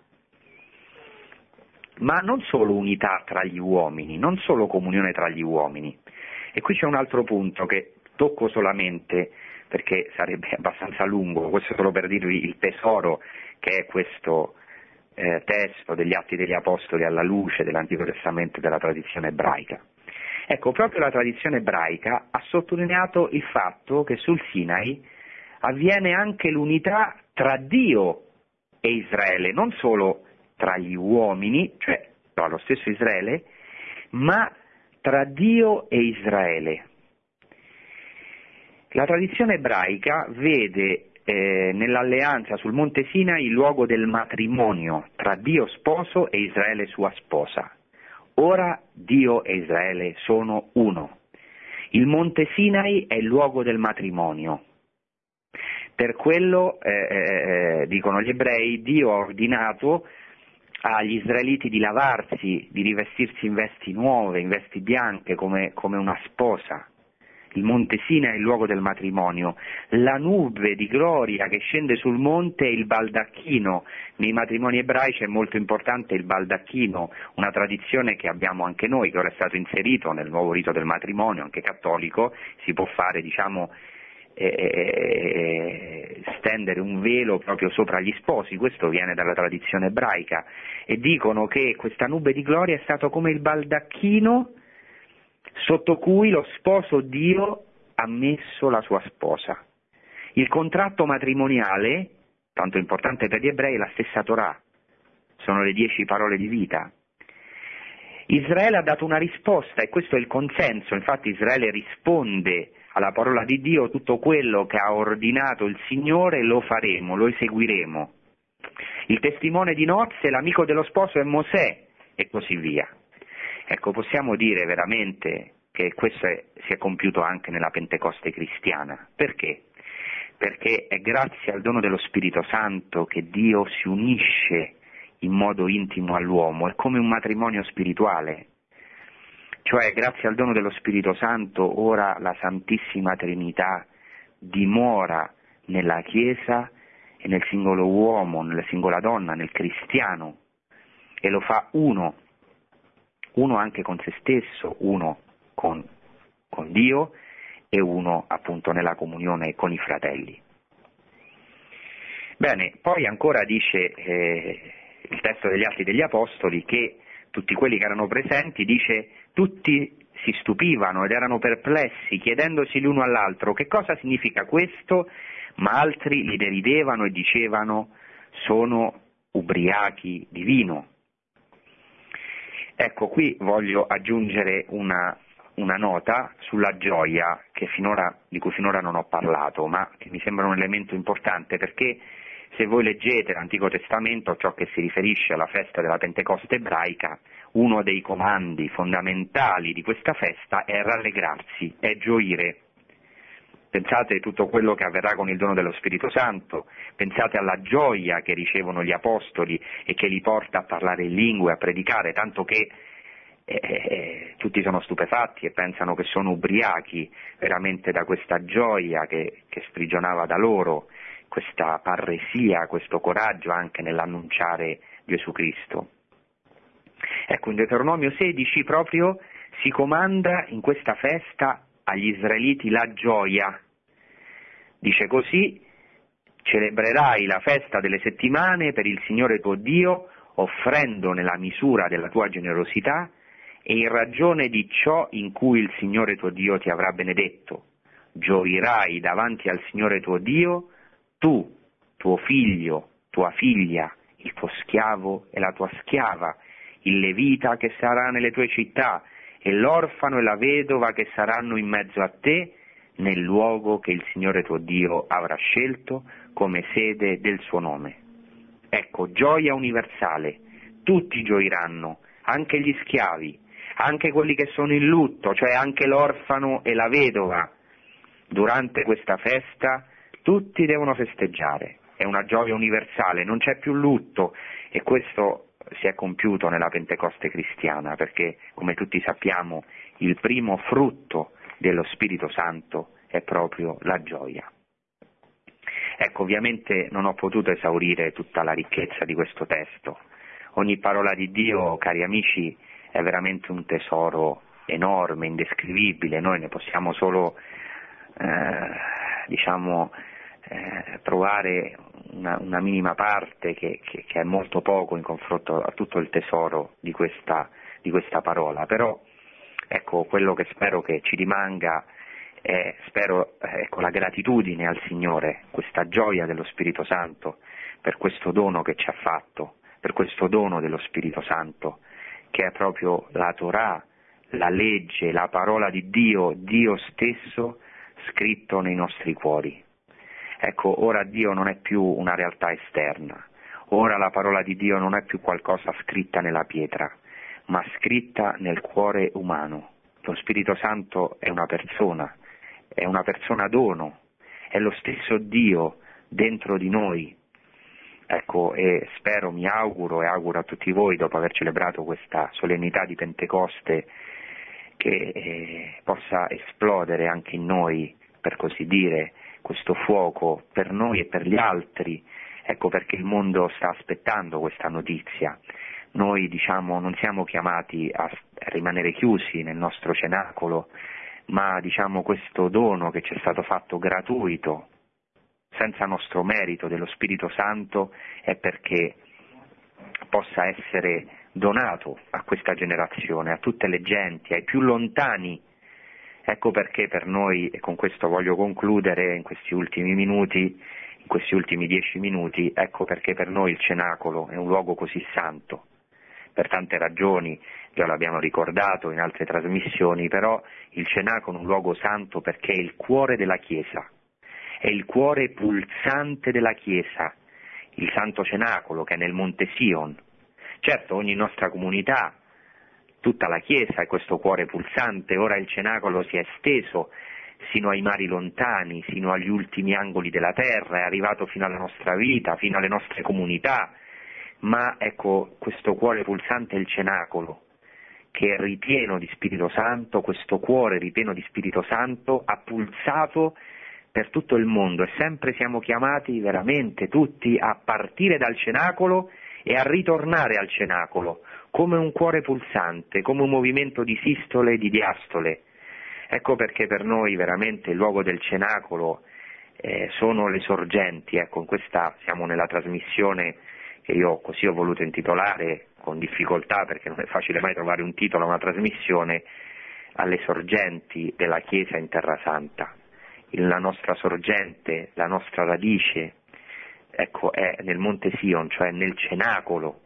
S2: Ma non solo unità tra gli uomini, non solo comunione tra gli uomini. E qui c'è un altro punto che tocco solamente perché sarebbe abbastanza lungo, questo solo per dirvi il tesoro che è questo eh, testo degli Atti degli Apostoli alla luce dell'Antico Testamento e della tradizione ebraica. Ecco, proprio la tradizione ebraica ha sottolineato il fatto che sul Sinai avviene anche l'unità tra Dio e Israele, non solo tra gli uomini, cioè tra lo stesso Israele, ma tra Dio e Israele. La tradizione ebraica vede eh, nell'alleanza sul Monte Sinai il luogo del matrimonio tra Dio sposo e Israele sua sposa. Ora Dio e Israele sono uno. Il Monte Sinai è il luogo del matrimonio. Per quello, eh, eh, dicono gli ebrei, Dio ha ordinato agli israeliti di lavarsi, di rivestirsi in vesti nuove, in vesti bianche, come, come una sposa. il monte Sina è il luogo del matrimonio, la nube di gloria che scende sul monte è il baldacchino. Nei matrimoni ebraici è molto importante il baldacchino, una tradizione che abbiamo anche noi, che ora è stato inserito nel nuovo rito del matrimonio, anche cattolico. Si può fare, diciamo, eh, stendere un velo proprio sopra gli sposi, questo viene dalla tradizione ebraica, e dicono che questa nube di gloria è stato come il baldacchino sotto cui lo sposo Dio ha messo la sua sposa. Il contratto matrimoniale, tanto importante per gli ebrei, è la stessa Torah, sono le dieci parole di vita. Israele ha dato una risposta e questo è il consenso, infatti Israele risponde alla parola di Dio: tutto quello che ha ordinato il Signore lo faremo, lo eseguiremo. Il testimone di nozze, l'amico dello sposo è Mosè, e così via. Ecco, possiamo dire veramente che questo è, si è compiuto anche nella Pentecoste cristiana. Perché? Perché è grazie al dono dello Spirito Santo che Dio si unisce in modo intimo all'uomo, è come un matrimonio spirituale. Cioè, grazie al dono dello Spirito Santo, ora la Santissima Trinità dimora nella Chiesa e nel singolo uomo, nella singola donna, nel cristiano, e lo fa uno, uno anche con se stesso, uno con, con Dio e uno appunto nella comunione con i fratelli. Bene, poi ancora dice eh, il testo degli Atti degli Apostoli che tutti quelli che erano presenti, dice, tutti si stupivano ed erano perplessi, chiedendosi l'uno all'altro che cosa significa questo, ma altri li deridevano e dicevano sono ubriachi di vino. Ecco, qui voglio aggiungere una, una nota sulla gioia che finora, di cui finora non ho parlato, ma che mi sembra un elemento importante, perché se voi leggete l'Antico Testamento, ciò che si riferisce alla festa della Pentecoste ebraica, uno dei comandi fondamentali di questa festa è rallegrarsi, è gioire. Pensate a tutto quello che avverrà con il dono dello Spirito Santo, pensate alla gioia che ricevono gli Apostoli e che li porta a parlare in lingue, a predicare, tanto che eh, eh, tutti sono stupefatti e pensano che sono ubriachi veramente da questa gioia che, che sprigionava da loro, questa parresia, questo coraggio anche nell'annunciare Gesù Cristo. Ecco, in Deuteronomio sedici proprio si comanda in questa festa agli israeliti la gioia. Dice così: celebrerai la festa delle settimane per il Signore tuo Dio, offrendo nella misura della tua generosità e in ragione di ciò in cui il Signore tuo Dio ti avrà benedetto. Gioirai davanti al Signore tuo Dio, tu, tuo figlio, tua figlia, il tuo schiavo e la tua schiava, il levita che sarà nelle tue città, e l'orfano e la vedova che saranno in mezzo a te, nel luogo che il Signore tuo Dio avrà scelto come sede del suo nome. Ecco, gioia universale, tutti gioiranno, anche gli schiavi, anche quelli che sono in lutto, cioè anche l'orfano e la vedova. Durante questa festa tutti devono festeggiare, è una gioia universale, non c'è più lutto, e questo si è compiuto nella Pentecoste cristiana, perché come tutti sappiamo il primo frutto dello Spirito Santo è proprio la gioia. Ecco, ovviamente non ho potuto esaurire tutta la ricchezza di questo testo. Ogni parola di Dio, cari amici, è veramente un tesoro enorme, indescrivibile. Noi ne possiamo solo, eh, diciamo, eh, trovare una, una minima parte che, che, che è molto poco in confronto a tutto il tesoro di questa, di questa parola. Però, ecco, quello che spero che ci rimanga è, spero, ecco, la gratitudine al Signore, questa gioia dello Spirito Santo per questo dono che ci ha fatto, per questo dono dello Spirito Santo, che è proprio la Torah, la legge, la parola di Dio, Dio stesso scritto nei nostri cuori. Ecco, ora Dio non è più una realtà esterna, ora la parola di Dio non è più qualcosa scritta nella pietra, ma scritta nel cuore umano. Lo Spirito Santo è una persona, è una persona dono, è lo stesso Dio dentro di noi. Ecco, e spero, mi auguro e auguro a tutti voi, dopo aver celebrato questa solennità di Pentecoste, che eh, possa esplodere anche in noi, per così dire, questo fuoco per noi e per gli altri. Ecco perché il mondo sta aspettando questa notizia. Noi, diciamo, non siamo chiamati a rimanere chiusi nel nostro cenacolo, ma, diciamo, questo dono che ci è stato fatto gratuito, senza nostro merito, dello Spirito Santo, è perché possa essere donato a questa generazione, a tutte le genti, ai più lontani. Ecco perché per noi, e con questo voglio concludere in questi ultimi minuti, in questi ultimi dieci minuti, ecco perché per noi il cenacolo è un luogo così santo. Per tante ragioni, già l'abbiamo ricordato in altre trasmissioni, però il cenacolo è un luogo santo perché è il cuore della Chiesa, è il cuore pulsante della Chiesa, il Santo Cenacolo che è nel Monte Sion. Certo, ogni nostra comunità, tutta la Chiesa è questo cuore pulsante, ora il cenacolo si è esteso sino ai mari lontani, sino agli ultimi angoli della terra, è arrivato fino alla nostra vita, fino alle nostre comunità, ma ecco, questo cuore pulsante è il cenacolo, che è ripieno di Spirito Santo, questo cuore ripieno di Spirito Santo ha pulsato per tutto il mondo e sempre siamo chiamati veramente tutti a partire dal cenacolo e a ritornare al cenacolo, come un cuore pulsante, come un movimento di sistole e di diastole. Ecco perché per noi veramente il luogo del cenacolo eh, sono le sorgenti. Ecco, in questa siamo nella trasmissione che io così ho voluto intitolare, con difficoltà perché non è facile mai trovare un titolo a una trasmissione, alle sorgenti della Chiesa in Terra Santa. La nostra sorgente, la nostra radice, ecco, è nel Monte Sion, cioè nel cenacolo.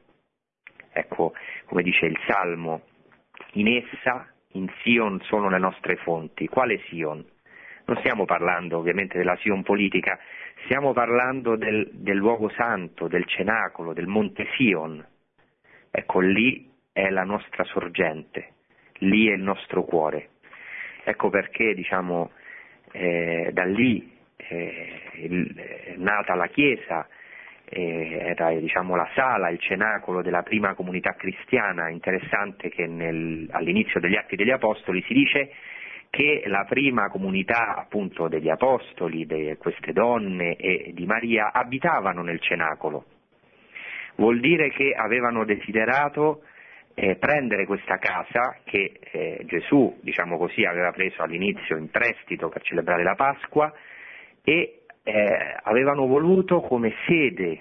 S2: Ecco, come dice il Salmo, in essa, in Sion, sono le nostre fonti. Quale Sion? Non stiamo parlando ovviamente della Sion politica, stiamo parlando del, del luogo santo, del cenacolo, del Monte Sion. Ecco, lì è la nostra sorgente, lì è il nostro cuore. Ecco perché, diciamo, eh, da lì eh, il, è nata la Chiesa, eh, era, diciamo, la sala, il cenacolo della prima comunità cristiana. Interessante che nel, all'inizio degli Atti degli Apostoli si dice che la prima comunità, appunto, degli Apostoli, di queste donne e di Maria, abitavano nel cenacolo. Vuol dire che avevano desiderato eh, prendere questa casa che eh, Gesù, diciamo così, aveva preso all'inizio in prestito per celebrare la Pasqua e eh, avevano voluto come sede,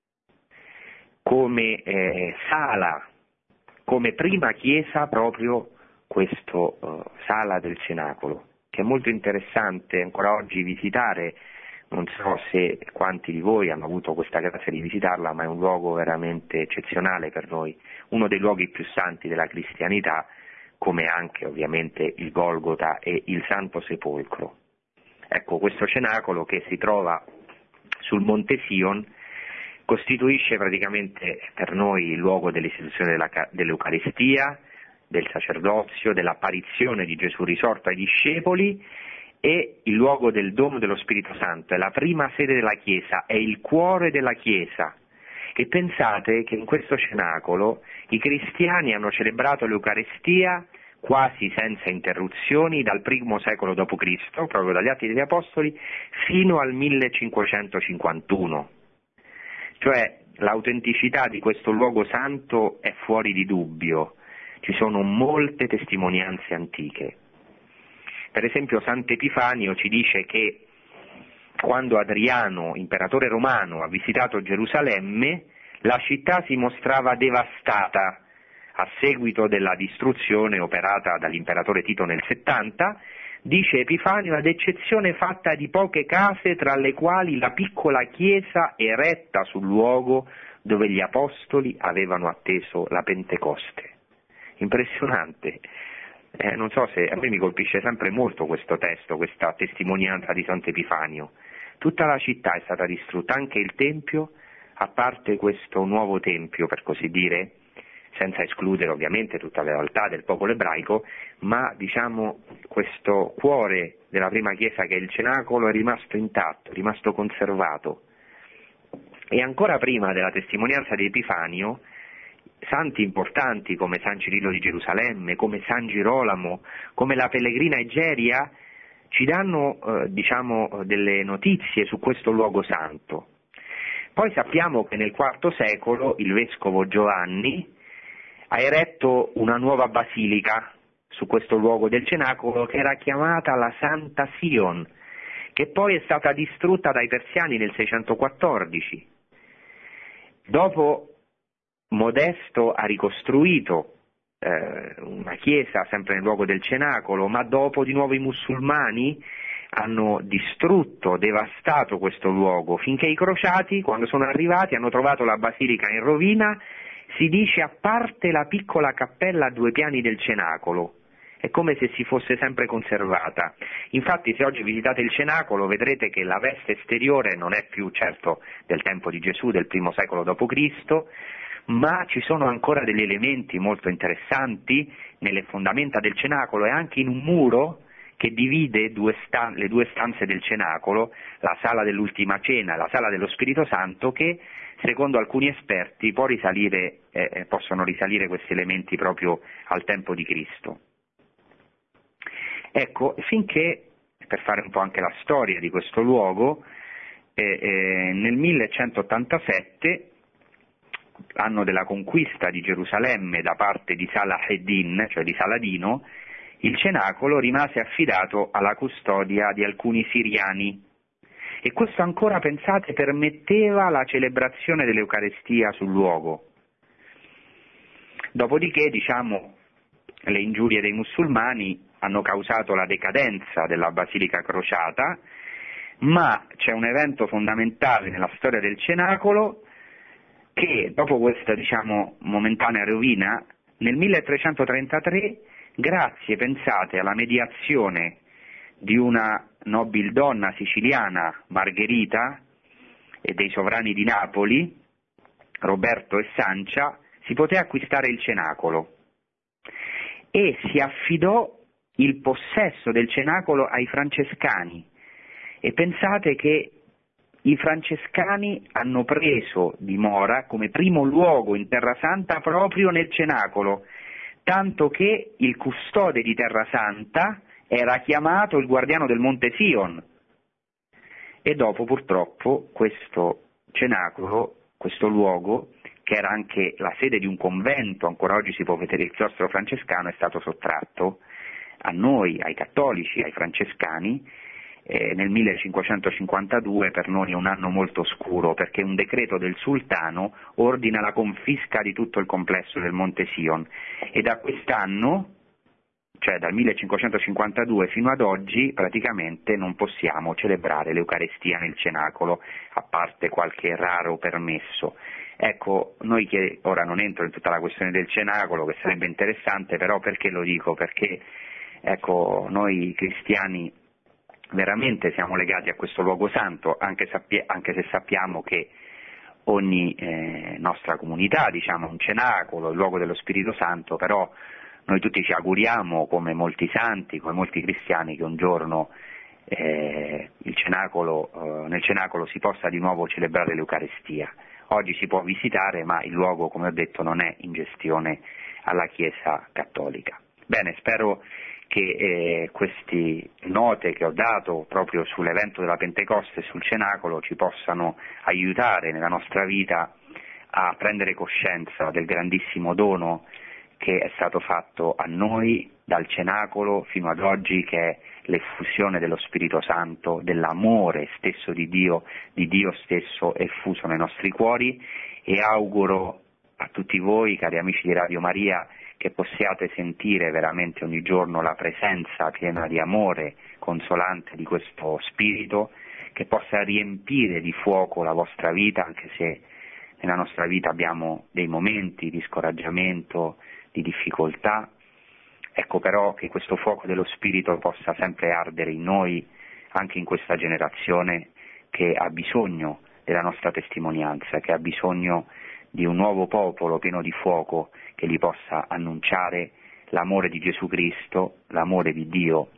S2: come eh, sala, come prima chiesa proprio questo uh, sala del cenacolo, che è molto interessante ancora oggi visitare. Non so se quanti di voi hanno avuto questa grazia di visitarla, ma è un luogo veramente eccezionale per noi, uno dei luoghi più santi della cristianità, come anche ovviamente il Golgota e il Santo Sepolcro. Ecco, questo cenacolo che si trova sul Monte Sion costituisce praticamente per noi il luogo dell'istituzione della, dell'Eucaristia, del sacerdozio, dell'apparizione di Gesù risorto ai discepoli e il luogo del dono dello Spirito Santo. È la prima sede della Chiesa, è il cuore della Chiesa. E pensate che in questo cenacolo i cristiani hanno celebrato l'Eucaristia quasi senza interruzioni dal primo secolo dopo Cristo, proprio dagli Atti degli Apostoli, fino al millecinquecentocinquantuno. Cioè l'autenticità di questo luogo santo è fuori di dubbio. Ci sono molte testimonianze antiche. Per esempio Sant'Epifanio ci dice che quando Adriano, imperatore romano, ha visitato Gerusalemme, la città si mostrava devastata a seguito della distruzione operata dall'imperatore Tito nel settanta, dice Epifanio, ad eccezione fatta di poche case, tra le quali la piccola chiesa eretta sul luogo dove gli apostoli avevano atteso la Pentecoste. Impressionante. Eh, non so se a me mi colpisce sempre molto questo testo, questa testimonianza di Sant'Epifanio. Tutta la città è stata distrutta, anche il Tempio, a parte questo nuovo Tempio, per così dire, senza escludere ovviamente tutta la realtà del popolo ebraico, ma diciamo questo cuore della prima Chiesa che è il cenacolo è rimasto intatto, è rimasto conservato. E ancora prima della testimonianza di Epifanio, santi importanti come San Cirillo di Gerusalemme, come San Girolamo, come la pellegrina Egeria, ci danno eh, diciamo delle notizie su questo luogo santo. Poi sappiamo che nel quarto secolo il vescovo Giovanni ha eretto una nuova basilica su questo luogo del cenacolo che era chiamata la Santa Sion, che poi è stata distrutta dai persiani nel seicentoquattordici. Dopo Modesto ha ricostruito eh, una chiesa sempre nel luogo del cenacolo, ma dopo di nuovo i musulmani hanno distrutto, devastato questo luogo, finché i crociati, quando sono arrivati, hanno trovato la basilica in rovina, si dice a parte la piccola cappella a due piani del cenacolo. È come se si fosse sempre conservata. Infatti se oggi visitate il cenacolo vedrete che la veste esteriore non è più certo del tempo di Gesù, del primo secolo dopo Cristo, ma ci sono ancora degli elementi molto interessanti nelle fondamenta del cenacolo e anche in un muro che divide due sta- le due stanze del cenacolo, la sala dell'ultima cena e la sala dello Spirito Santo, che secondo alcuni esperti può risalire, eh, possono risalire questi elementi proprio al tempo di Cristo. Ecco, finché, per fare un po' anche la storia di questo luogo, eh, eh, nel millecentottantasette, anno della conquista di Gerusalemme da parte di Salah ed-Din, cioè di Saladino, il cenacolo rimase affidato alla custodia di alcuni siriani e questo ancora, pensate, permetteva la celebrazione dell'Eucarestia sul luogo. Dopodiché, diciamo, le ingiurie dei musulmani hanno causato la decadenza della Basilica Crociata, ma c'è un evento fondamentale nella storia del cenacolo che dopo questa, diciamo, momentanea rovina, nel milletrecentotrentatré, grazie, pensate, alla mediazione di una nobildonna siciliana, Margherita, e dei sovrani di Napoli, Roberto e Sancia, si poté acquistare il cenacolo e si affidò il possesso del cenacolo ai francescani. E pensate che i francescani hanno preso dimora come primo luogo in Terra Santa proprio nel cenacolo, tanto che il custode di Terra Santa era chiamato il guardiano del Monte Sion. E dopo purtroppo questo cenacolo, questo luogo, che era anche la sede di un convento, ancora oggi si può vedere il chiostro francescano, è stato sottratto a noi, ai cattolici, ai francescani, eh, nel millecinquecentocinquantadue. Per noi è un anno molto oscuro, perché un decreto del sultano ordina la confisca di tutto il complesso del Monte Sion, e da quest'anno, cioè dal millecinquecentocinquantadue fino ad oggi, praticamente non possiamo celebrare l'Eucarestia nel cenacolo, a parte qualche raro permesso. Ecco, noi che ora non entro in tutta la questione del cenacolo, che sarebbe interessante, però perché lo dico? Perché ecco, noi cristiani veramente siamo legati a questo luogo santo, anche, sappia, anche se sappiamo che ogni eh, nostra comunità, diciamo, un cenacolo, il luogo dello Spirito Santo, però noi tutti ci auguriamo, come molti santi, come molti cristiani, che un giorno eh, il cenacolo, eh, nel cenacolo si possa di nuovo celebrare l'Eucarestia. Oggi si può visitare, ma il luogo, come ho detto, non è in gestione alla Chiesa Cattolica. Bene, spero che eh, queste note che ho dato proprio sull'evento della Pentecoste e sul cenacolo ci possano aiutare nella nostra vita a prendere coscienza del grandissimo dono che è stato fatto a noi dal cenacolo fino ad oggi, che è l'effusione dello Spirito Santo, dell'amore stesso di Dio, di Dio stesso effuso nei nostri cuori, e auguro a tutti voi, cari amici di Radio Maria, che possiate sentire veramente ogni giorno la presenza piena di amore consolante di questo Spirito, che possa riempire di fuoco la vostra vita, anche se nella nostra vita abbiamo dei momenti di scoraggiamento, di difficoltà. Ecco però che questo fuoco dello Spirito possa sempre ardere in noi, anche in questa generazione che ha bisogno della nostra testimonianza, che ha bisogno di un nuovo popolo pieno di fuoco che gli possa annunciare l'amore di Gesù Cristo, l'amore di Dio,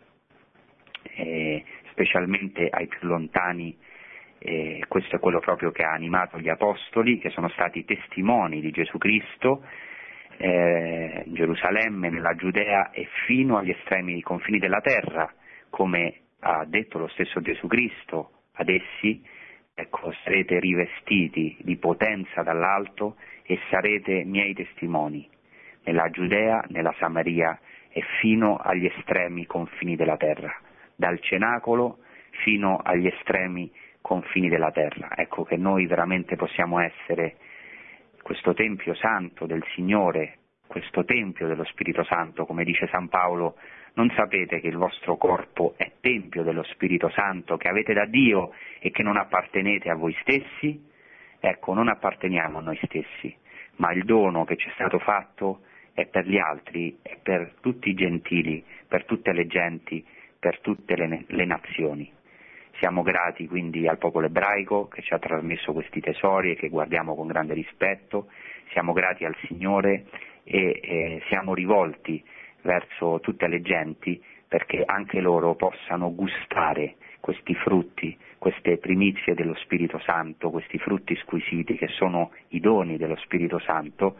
S2: eh, specialmente ai più lontani. Eh, questo è quello proprio che ha animato gli Apostoli, che sono stati testimoni di Gesù Cristo, eh, Gerusalemme, nella Giudea e fino agli estremi confini della terra, come ha detto lo stesso Gesù Cristo ad essi, ecco, sarete rivestiti di potenza dall'alto e sarete miei testimoni nella Giudea, nella Samaria e fino agli estremi confini della terra, dal cenacolo fino agli estremi confini della terra. Ecco che noi veramente possiamo essere questo Tempio Santo del Signore, questo Tempio dello Spirito Santo, come dice San Paolo. Non sapete che il vostro corpo è Tempio dello Spirito Santo, che avete da Dio e che non appartenete a voi stessi? Ecco, non apparteniamo a noi stessi, ma il dono che ci è stato fatto è per gli altri, è per tutti i gentili, per tutte le genti, per tutte le, le nazioni. Siamo grati quindi al popolo ebraico che ci ha trasmesso questi tesori e che guardiamo con grande rispetto, siamo grati al Signore e eh, siamo rivolti verso tutte le genti perché anche loro possano gustare questi frutti, queste primizie dello Spirito Santo, questi frutti squisiti che sono i doni dello Spirito Santo,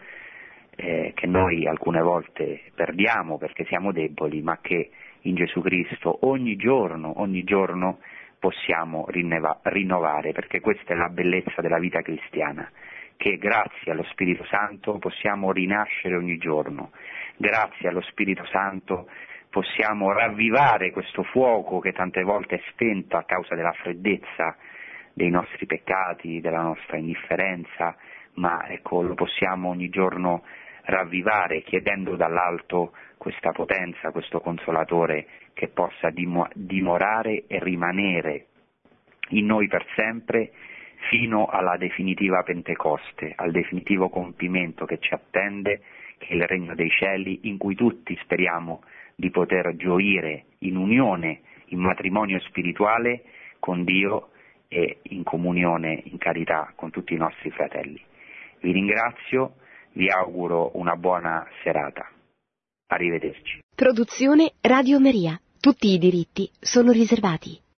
S2: eh, che noi alcune volte perdiamo perché siamo deboli, ma che in Gesù Cristo ogni giorno, ogni giorno possiamo rinneva, rinnovare, perché questa è la bellezza della vita cristiana, che grazie allo Spirito Santo possiamo rinascere ogni giorno, grazie allo Spirito Santo possiamo ravvivare questo fuoco che tante volte è spento a causa della freddezza dei nostri peccati, della nostra indifferenza, ma ecco, lo possiamo ogni giorno ravvivare chiedendo dall'alto questa potenza, questo Consolatore che possa dimorare e rimanere in noi per sempre fino alla definitiva Pentecoste, al definitivo compimento che ci attende, che è il Regno dei Cieli, in cui tutti speriamo di poter gioire in unione, in matrimonio spirituale con Dio e in comunione, in carità con tutti i nostri fratelli. Vi ringrazio, vi auguro una buona serata. Arrivederci.
S1: Produzione Radio Maria. Tutti i diritti sono riservati.